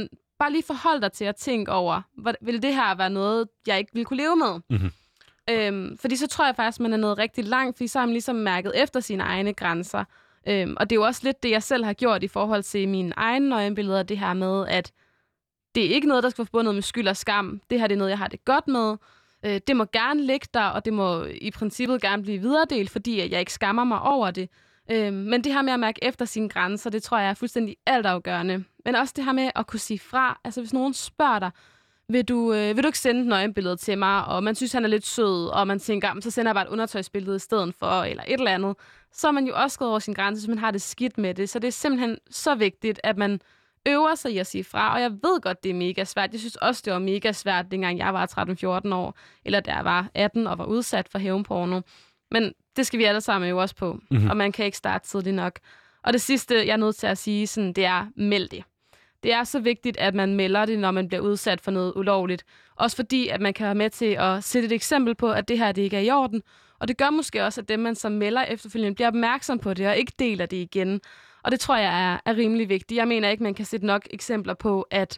bare lige forhold dig til at tænke over, vil det her være noget, jeg ikke vil kunne leve med? Mm-hmm. Fordi så tror jeg faktisk, man er nået rigtig langt, fordi så har man ligesom mærket efter sine egne grænser. Og det er jo også lidt det, jeg selv har gjort i forhold til mine egne nøgenbilleder, det her med, at det er ikke noget, der skal være forbundet med skyld og skam. Det her det er noget, jeg har det godt med. Det må gerne ligge der, og det må i princippet gerne blive videredelt, fordi jeg ikke skammer mig over det. Men det her med at mærke efter sine grænser, det tror jeg er fuldstændig altafgørende. Men også det her med at kunne sige fra. Altså hvis nogen spørger dig, vil du ikke sende et nøgenbillede til mig, og man synes, han er lidt sød, og man tænker, så sender jeg bare et undertøjsbillede i stedet for, eller et eller andet. Så er man jo også gået over sin grænse, hvis man har det skidt med det. Så det er simpelthen så vigtigt, at man øver sig i at sige fra, og jeg ved godt, det er mega svært. Jeg synes også, det var mega svært, dengang jeg var 13-14 år, eller da jeg var 18 og var udsat for hævnporno. Men det skal vi alle sammen jo også på, og man kan ikke starte tidligt nok. Og det sidste, jeg er nødt til at sige, sådan, det er, meld det. Det er så vigtigt, at man melder det, når man bliver udsat for noget ulovligt. Også fordi, at man kan være med til at sætte et eksempel på, at det her det ikke er i orden. Og det gør måske også, at dem, man som melder efterfølgende, bliver opmærksom på det, og ikke deler det igen. Og det tror jeg er rimelig vigtigt. Jeg mener ikke, man kan sætte nok eksempler på, at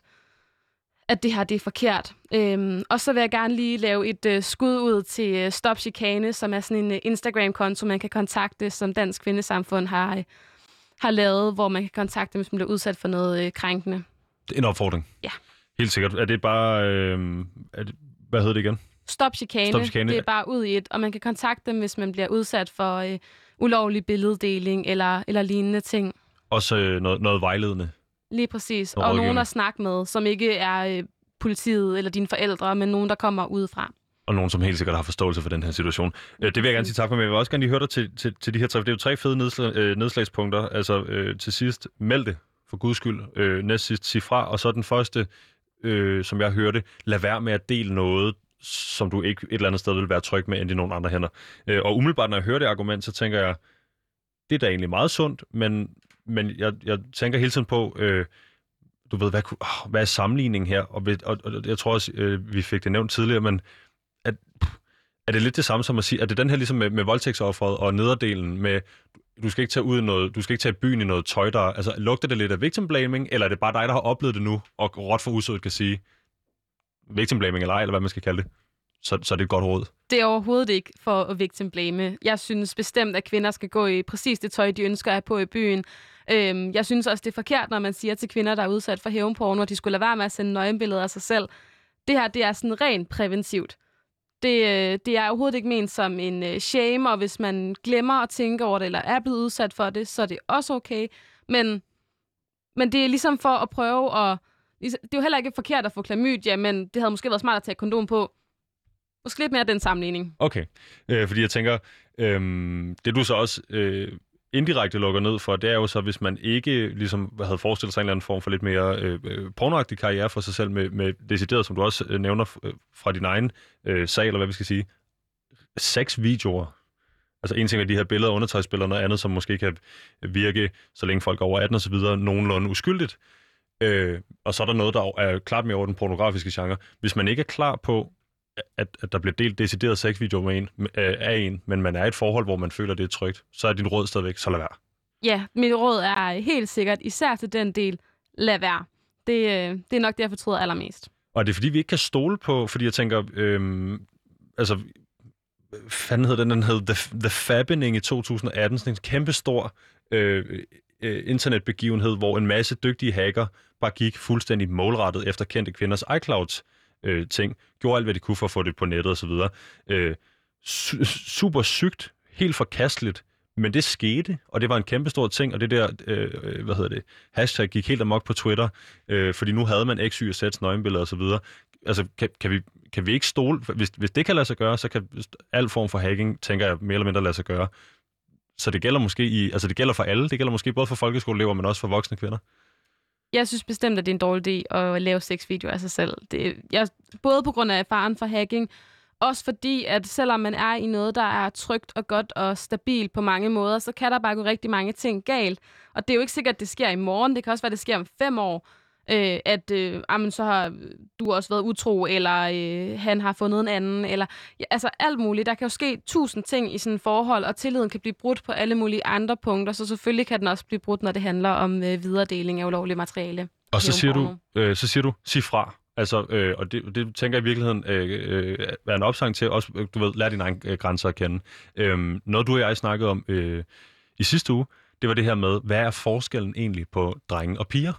det her det er forkert. Og så vil jeg gerne lige lave et skud ud til Stop Chikane, som er sådan en Instagram-konto, man kan kontakte, som Dansk Kvindesamfund har lavet, hvor man kan kontakte, hvis man bliver udsat for noget krænkende. Det er en opfordring? Ja. Helt sikkert. Er det bare... hvad hedder det igen? Stop Chikane. Det er bare ud i et, og man kan kontakte dem, hvis man bliver udsat for ulovlig billeddeling eller lignende ting. Også noget vejledende? Lige præcis. Og nogen at snakke med, som ikke er politiet eller dine forældre, men nogen, der kommer udefra. Og nogen, som helt sikkert har forståelse for den her situation. Det vil jeg gerne sige tak for, men jeg vil også gerne lige høre dig til de her tre. Det er jo 3 fede nedslagspunkter. Altså til sidst, meld det, for guds skyld. Næst sidst, sig fra. Og så den første, som jeg hørte, lad være med at dele noget, som du ikke et eller andet sted vil være tryg med, end i nogen andre hænder. Og umiddelbart, når jeg hører det argument, så tænker jeg, det er da egentlig meget sundt, men jeg tænker hele tiden på, du ved, hvad er sammenligningen her? Og jeg tror også, vi fik det nævnt tidligere, men er det lidt det samme som at sige, at det den her ligesom med voldtægtsofferet og nederdelen med, du skal ikke tage ud i noget, du skal ikke tage i byen i noget tøj, der, altså lugter det lidt af victim blaming, eller er det bare dig, der har oplevet det nu, og råt for usødet kan sige, victim blaming eller ej, eller hvad man skal kalde det, så er det et godt råd? Det er overhovedet ikke for at victim blame. Jeg synes bestemt, at kvinder skal gå i præcis det tøj, de ønsker at have på i byen. Jeg synes også, det er forkert, når man siger til kvinder, der er udsat for hævnporno, at de skulle lade være med at sende nøgenbilleder af sig selv. Det her, det er sådan rent præventivt. Det er overhovedet ikke ment som en shame, og hvis man glemmer at tænke over det, eller er blevet udsat for det, så er det også okay. Men det er ligesom for at prøve at... Det er jo heller ikke forkert at få klamydia, men det havde måske været smart at tage kondom på. Måske lidt mere den sammenligning. Okay, fordi jeg tænker, det du så også indirekte lukker ned for, det er jo så, hvis man ikke ligesom havde forestillet sig en eller anden form for lidt mere pornoagtig karriere for sig selv med decideret, som du også nævner fra din egen sag, eller hvad vi skal sige, 6 videoer. Altså en ting er de her billeder, undertøjsbilleder, noget andet, som måske kan virke, så længe folk er over 18 og så videre, nogenlunde uskyldigt. Og så er der noget, der er klart mere over den pornografiske genre. Hvis man ikke er klar på, at der bliver delt decideret sexvideo af en, men man er i et forhold, hvor man føler, det er trygt, så er dit råd stadigvæk, så lad være. Ja, mit råd er helt sikkert, især til den del, lad være. Det er nok det, jeg fortryder allermest. Og er det fordi, vi ikke kan stole på, fordi jeg tænker, altså, fanden hed den hed The Fabbening i 2018, sådan en kæmpestor internetbegivenhed, hvor en masse dygtige hacker bare gik fuldstændig målrettet efter kendte kvinders iClouds ting, gjorde alt, hvad de kunne for at få det på nettet og så videre. Super sygt, helt forkasteligt, men det skete, og det var en kæmpe stor ting, og det der, hashtag gik helt amok på Twitter, fordi nu havde man XYZ's nøgenbilleder og så videre. Altså, kan vi ikke stole, hvis det kan lade sig gøre, så kan al form for hacking, tænker jeg, mere eller mindre lade sig gøre. Så det gælder måske det gælder for alle, det gælder måske både for folkeskoleelever, men også for voksne kvinder. Jeg synes bestemt, at det er en dårlig idé at lave sexvideoer af sig selv. Både på grund af faren for hacking, også fordi, at selvom man er i noget, der er trygt og godt og stabilt på mange måder, så kan der bare gå rigtig mange ting galt. Og det er jo ikke sikkert, at det sker i morgen. Det kan også være, at det sker om 5 år. Så har du også været utro, eller han har fundet en anden, eller altså alt muligt. Der kan jo ske 1000 ting i sådan et forhold, og tilliden kan blive brudt på alle mulige andre punkter, så selvfølgelig kan den også blive brudt, når det handler om videredeling af ulovligt materiale. Og så siger du, sig fra. Altså, og det tænker jeg i virkeligheden er en opsang til, også, du ved, lære dine egne grænser at kende. Noget du og jeg snakkede om i sidste uge, det var det her med, hvad er forskellen egentlig på drenge og piger?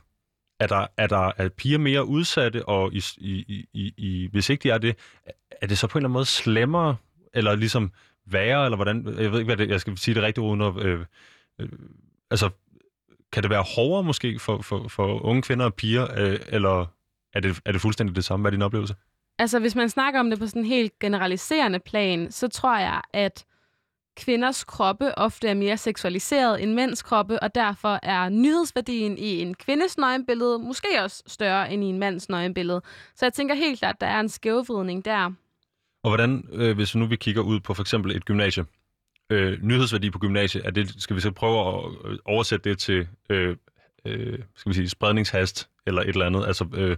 Er piger mere udsatte, og hvis ikke de er det, er det så på en eller anden måde slemmere, eller ligesom værre, eller hvordan? Jeg ved ikke, hvad jeg skal sige det rigtigt uden at... altså, kan det være hårdere måske for unge kvinder og piger, eller er det fuldstændig det samme? Hvad er din oplevelse? Altså, hvis man snakker om det på sådan en helt generaliserende plan, så tror jeg, at kvinders kroppe ofte er mere seksualiseret end mænds kroppe, og derfor er nyhedsværdien i en kvindes nøgenbillede måske også større end i en mands nøgenbillede. Så jeg tænker helt klart, at der er en skævvridning der. Og hvordan, hvis nu vi kigger ud på for eksempel et gymnasie, nyhedsværdi på gymnasie, skal vi så prøve at oversætte det til skal vi sige, spredningshast eller et eller andet? Altså,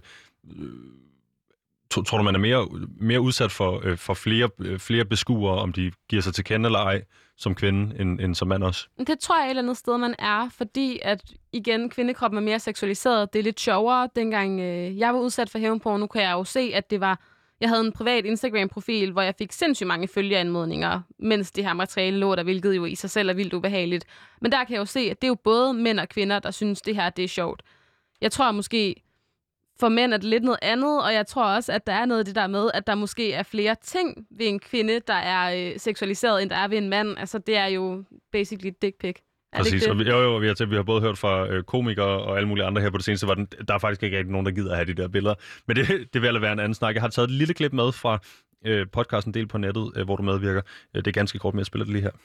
tror du, man er mere udsat for flere beskuere, om de giver sig til kende eller ej, som kvinde, end som mand også? Det tror jeg et eller andet sted, man er, fordi at, igen, kvindekroppen er mere seksualiseret. Det er lidt sjovere. Dengang jeg var udsat for hævnporno, kunne jeg jo se, at jeg havde en privat Instagram-profil, hvor jeg fik sindssygt mange følgeanmodninger, mens det her materiale lå der, hvilket jo i sig selv er vildt ubehageligt. Men der kan jeg jo se, at det er jo både mænd og kvinder, der synes, det her det er sjovt. Jeg tror måske, for mænd er det lidt noget andet, og jeg tror også, at der er noget af det der med, at der måske er flere ting ved en kvinde, der er seksualiseret, end der er ved en mand. Altså, det er jo basically dick pic. Præcis, og vi har både hørt fra komikere og alle mulige andre her på det seneste, der er faktisk ikke rigtig nogen, der gider at have de der billeder. Men det vil være en anden snak. Jeg har taget et lille klip med fra podcasten Del på nettet, hvor du medvirker. Det er ganske kort, men jeg spiller det lige her.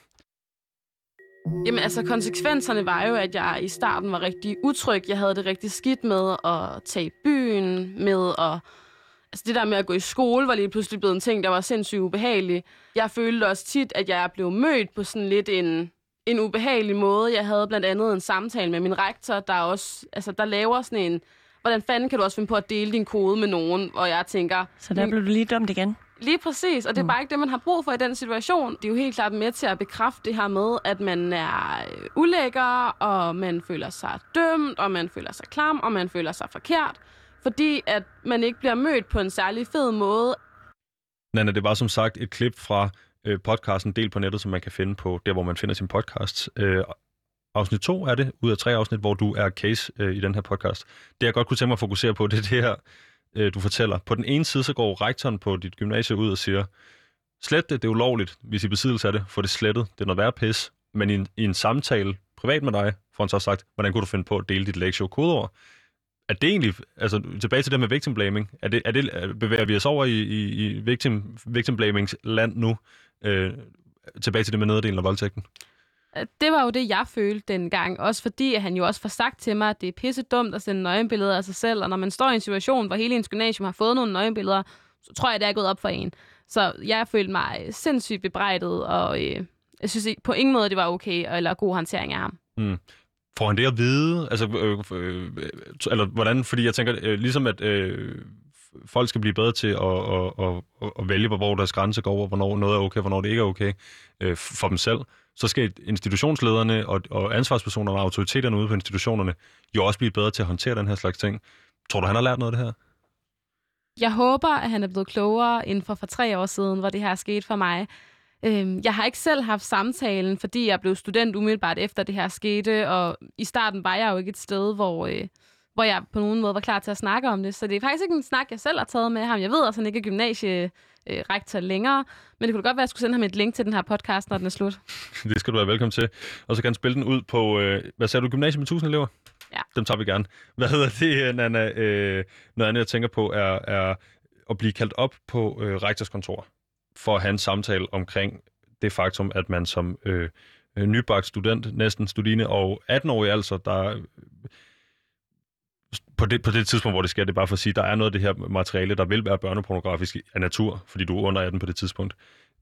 Jamen altså, konsekvenserne var jo, at jeg i starten var rigtig utryg. Jeg havde det rigtig skidt med at tage i byen, med at... Altså det der med at gå i skole var lige pludselig blevet en ting, der var sindssygt ubehagelig. Jeg følte også tit, at jeg blev mødt på sådan lidt en ubehagelig måde. Jeg havde blandt andet en samtale med min rektor, der også... Altså, der laver sådan en... Hvordan fanden kan du også finde på at dele din kode med nogen? Og jeg tænker... Så der blev du lige dumt igen? Lige præcis, og det er bare ikke det, man har brug for i den situation. Det er jo helt klart med til at bekræfte det her med, at man er ulækker, og man føler sig dømt, og man føler sig klam, og man føler sig forkert, fordi at man ikke bliver mødt på en særlig fed måde. Nanna, det var som sagt et klip fra podcasten Del på nettet, som man kan finde på der, hvor man finder sin podcast. Afsnit 2 er det, ud af 3 afsnit, hvor du er case i den her podcast. Det jeg godt kunne tænke mig at fokusere på, det er det her, du fortæller. På den ene side, så går rektoren på dit gymnasie ud og siger, slet det er ulovligt, hvis I besiddelse af det, få det slettet, det er noget værre pis. Men i en samtale privat med dig, får han så sagt, hvordan kunne du finde på at dele dit lektie-kodeord? Er det egentlig, altså tilbage til det med victim blaming, bevæger vi os over i victim blamings land nu, tilbage til det med nederdelen af voldtægten? Det var jo det, jeg følte dengang. Også fordi, at han jo også får sagt til mig, at det er pisse dumt at sende nøgenbilleder af sig selv. Og når man står i en situation, hvor hele ens gymnasium har fået nogle nøgenbilleder, så tror jeg, det er gået op for en. Så jeg følte mig sindssygt bebrejdet, og jeg synes på ingen måde, det var okay, eller god håndtering af ham. Mm. Får han det at vide? Altså, eller hvordan? Fordi jeg tænker, ligesom at folk skal blive bedre til at vælge, hvor deres grænse går, og hvornår noget er okay, hvornår det ikke er okay for dem selv, så skal institutionslederne og ansvarspersonerne og autoriteterne ude på institutionerne jo også blive bedre til at håndtere den her slags ting. Tror du, han har lært noget af det her? Jeg håber, at han er blevet klogere end for 3 år siden, hvor det her skete for mig. Jeg har ikke selv haft samtalen, fordi jeg blev student umiddelbart efter det her skete, og i starten var jeg jo ikke et sted, hvor jeg på nogen måde var klar til at snakke om det. Så det er faktisk ikke en snak, jeg selv har taget med ham. Jeg ved også, at han ikke er gymnasierektor længere, men det kunne godt være, at jeg skulle sende ham et link til den her podcast, når den er slut. Det skal du være velkommen til. Og så kan han spille den ud på, hvad sagde du, gymnasiet med 1000 elever? Ja. Dem tager vi gerne. Hvad hedder det, Nanna? Noget andet, jeg tænker på, er at blive kaldt op på rektors kontor for at have en samtale omkring det faktum, at man som nybagt student, næsten studine og 18-årig altså, der på det tidspunkt, hvor det sker, det er bare for at sige, der er noget af det her materiale, der vil være børnepornografisk af natur, fordi du er under 18 på det tidspunkt.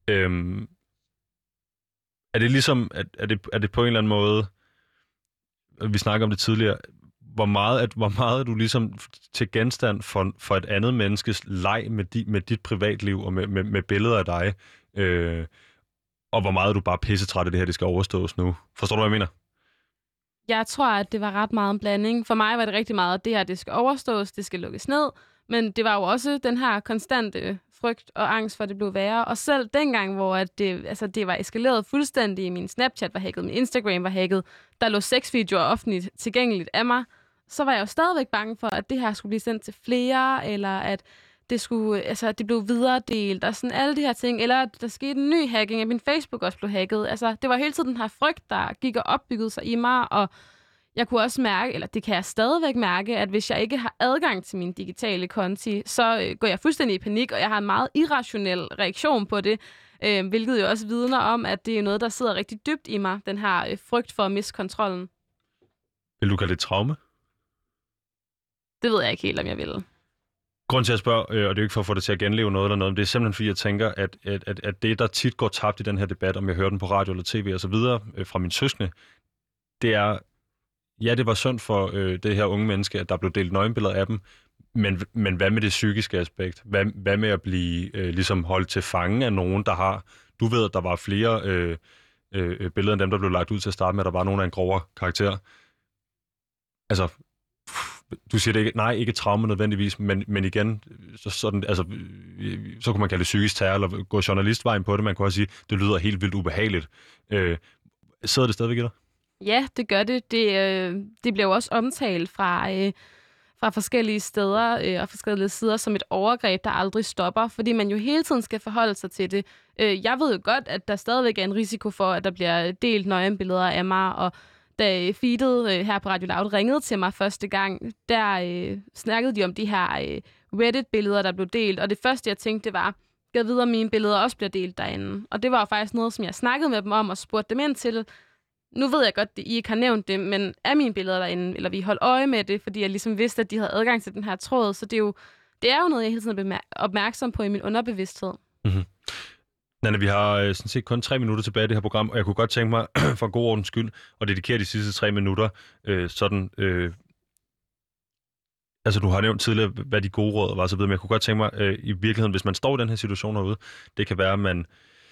Er det ligesom, er det på en eller anden måde, vi snakker om det tidligere, hvor meget er du ligesom til genstand for et andet menneskes leg med dit privatliv og med billeder af dig, og hvor meget er du bare pissetræt af det her, det skal overstås nu? Forstår du, hvad jeg mener? Jeg tror, at det var ret meget en blanding. For mig var det rigtig meget, at det her det skal overstås, det skal lukkes ned. Men det var jo også den her konstante frygt og angst for, at det blev værre. Og selv dengang, hvor at det var eskaleret fuldstændig, min Snapchat var hacket, min Instagram var hacket, der lå sexvideoer offentligt tilgængeligt af mig, så var jeg jo stadigvæk bange for, at det her skulle blive sendt til flere, eller at det blev videredelt, og sådan alle de her ting. Eller at der skete en ny hacking, at min Facebook også blev hacket. Altså, det var hele tiden den her frygt, der gik og opbyggede sig i mig, og jeg kunne også mærke, eller det kan jeg stadigvæk mærke, at hvis jeg ikke har adgang til min digitale konti, så går jeg fuldstændig i panik, og jeg har en meget irrationel reaktion på det, hvilket jo også vidner om, at det er noget, der sidder rigtig dybt i mig, den her frygt for at miste kontrollen. Vil du kalde det traume? Det ved jeg ikke helt, om jeg vil. Grunden til at spørge, og det er jo ikke for at få det til at genleve noget eller noget, men det er simpelthen fordi, jeg tænker, at det, der tit går tabt i den her debat, om jeg hører den på radio eller tv og så videre fra mine søskende, det er, ja, det var synd for det her unge menneske, at der blev delt nøgenbilleder af dem, men hvad med det psykiske aspekt? Hvad med at blive ligesom holdt til fange af nogen, der har... Du ved, at der var flere billeder end dem, der blev lagt ud til at starte med, at der var nogen af en grovere karakter. Altså... Du siger det ikke, nej, ikke traume nødvendigvis, men igen, så kunne man kalde det psykisk terror, eller gå journalistvejen på det. Man kunne også sige, det lyder helt vildt ubehageligt. Sidder det stadigvæk i dig? Ja, det gør det. Det bliver jo også omtalt fra forskellige steder og forskellige sider som et overgreb, der aldrig stopper, fordi man jo hele tiden skal forholde sig til det. Jeg ved jo godt, at der stadigvæk er en risiko for, at der bliver delt nøgenbilleder af mig, og da feedet her på Radio Loud ringede til mig første gang, der snakkede de om de her Reddit-billeder, der blev delt. Og det første, jeg tænkte, det var, jeg ved, om mine billeder også bliver delt derinde. Og det var jo faktisk noget, som jeg snakkede med dem om og spurgte dem ind til. Nu ved jeg godt, at I ikke har nævnt det, men er mine billeder derinde? Eller vi holdt øje med det, fordi jeg ligesom vidste, at de havde adgang til den her tråd. Så det er jo noget, jeg hele tiden er opmærksom på i min underbevidsthed. Mm-hmm. Nanna, vi har sådan set kun 3 minutter tilbage i det her program, og jeg kunne godt tænke mig, for god ordens skyld, at dedikere de sidste 3 minutter altså, du har nævnt tidligere, hvad de gode råd var, så videre, men jeg kunne godt tænke mig, i virkeligheden, hvis man står i den her situation herude, det kan være, at man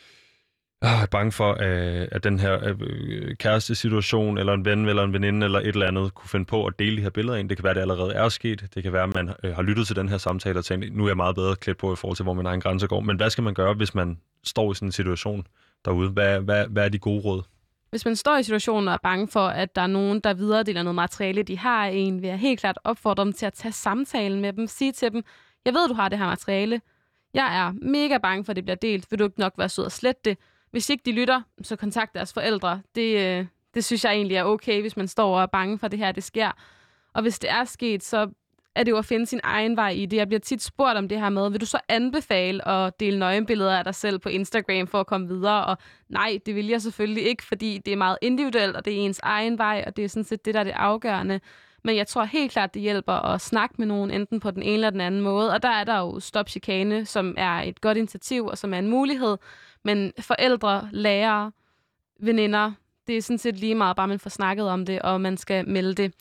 er bange for, at den her kærestesituation, eller en ven, eller en veninde, eller et eller andet, kunne finde på at dele de her billeder ind. Det kan være, at det allerede er sket. Det kan være, at man har lyttet til den her samtale og tænkt, nu er jeg meget bedre klædt på i forhold til, hvor min egen grænse går. Men hvad skal man gøre, hvis man står i sådan en situation derude? Hvad er de gode råd? Hvis man står i situationen og er bange for, at der er nogen, der videredeler noget materiale, de har af en, vil jeg helt klart opfordre dem til at tage samtalen med dem. Sige til dem, jeg ved, du har det her materiale. Jeg er mega bange for, at det bliver delt. Vil du ikke nok være sød og slette det? Hvis ikke de lytter, så kontakt deres forældre. Det synes jeg egentlig er okay, hvis man står og er bange for, at det her det sker. Og hvis det er sket, så er det jo at finde sin egen vej i det. Jeg bliver tit spurgt om det her med, vil du så anbefale at dele nøgenbilleder af dig selv på Instagram for at komme videre? Og nej, det vil jeg selvfølgelig ikke, fordi det er meget individuelt, og det er ens egen vej, og det er sådan set det, der er det afgørende. Men jeg tror helt klart, det hjælper at snakke med nogen, enten på den ene eller den anden måde. Og der er der jo Stop Chikane, som er et godt initiativ, og som er en mulighed. Men forældre, lærere, veninder, det er sådan set lige meget, bare man får snakket om det, og man skal melde det.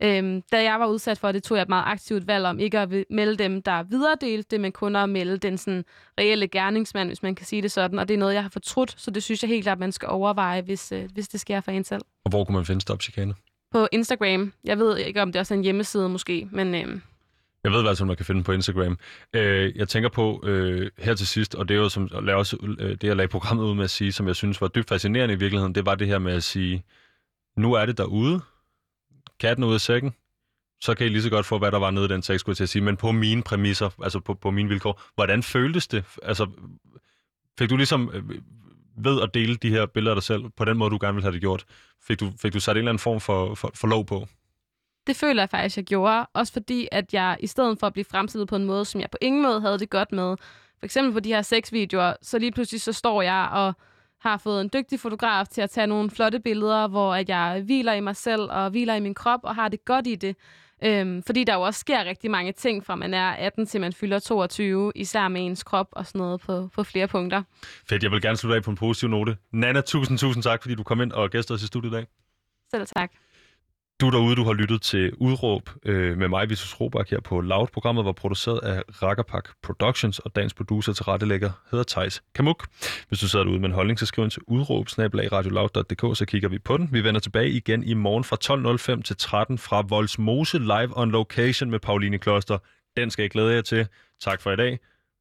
Da jeg var udsat for det, tog jeg et meget aktivt valg om ikke at melde dem, der videredelte det, men kun at melde den sådan reelle gerningsmand, hvis man kan sige det sådan. Og det er noget, jeg har fortrudt, så det synes jeg helt klart, man skal overveje, hvis det sker for en selv. Og hvor kunne man finde Stop Chikane? På Instagram. Jeg ved ikke, om det også er en hjemmeside måske, men... Jeg ved hvad man kan finde på Instagram. Jeg tænker på her til sidst, og det er jo som det, jeg lagde programmet ud med at sige, som jeg synes var dybt fascinerende i virkeligheden, det var det her med at sige, nu er det derude, katten ud af sækken, så kan I lige så godt få, hvad der var nede i den tekst, skulle jeg til at sige, men på mine præmisser, altså på mine vilkår. Hvordan føltes det? Altså, fik du ligesom ved at dele de her billeder af dig selv, på den måde, du gerne ville have det gjort, fik du sat en eller anden form for lov på? Det føler jeg faktisk, jeg gjorde. Også fordi, at jeg i stedet for at blive fremstillet på en måde, som jeg på ingen måde havde det godt med, for eksempel på de her sexvideoer, så lige pludselig så står jeg og har fået en dygtig fotograf til at tage nogle flotte billeder, hvor at jeg hviler i mig selv og hviler i min krop og har det godt i det. Fordi der jo også sker rigtig mange ting, fra man er 18 til man fylder 22, især med ens krop og sådan noget på flere punkter. Fedt, jeg vil gerne slutte af på en positiv note. Nanna, tusind tak, fordi du kom ind og gæstede os i studiet i dag. Selv tak. Du derude, du har lyttet til Udråb med mig, Vitus Robak, her på Loud. Programmet var produceret af Rakkerpak Productions, og dagens producer til rettelægger hedder Theis Kamuk. Hvis du sidder derude med en holdning, så skriv ind til udråb@radioloud.dk, så kigger vi på den. Vi vender tilbage igen i morgen fra 12.05 til 13 fra Vollsmose live on location med Pauline Kloster. Den skal jeg glæde jer til. Tak for i dag.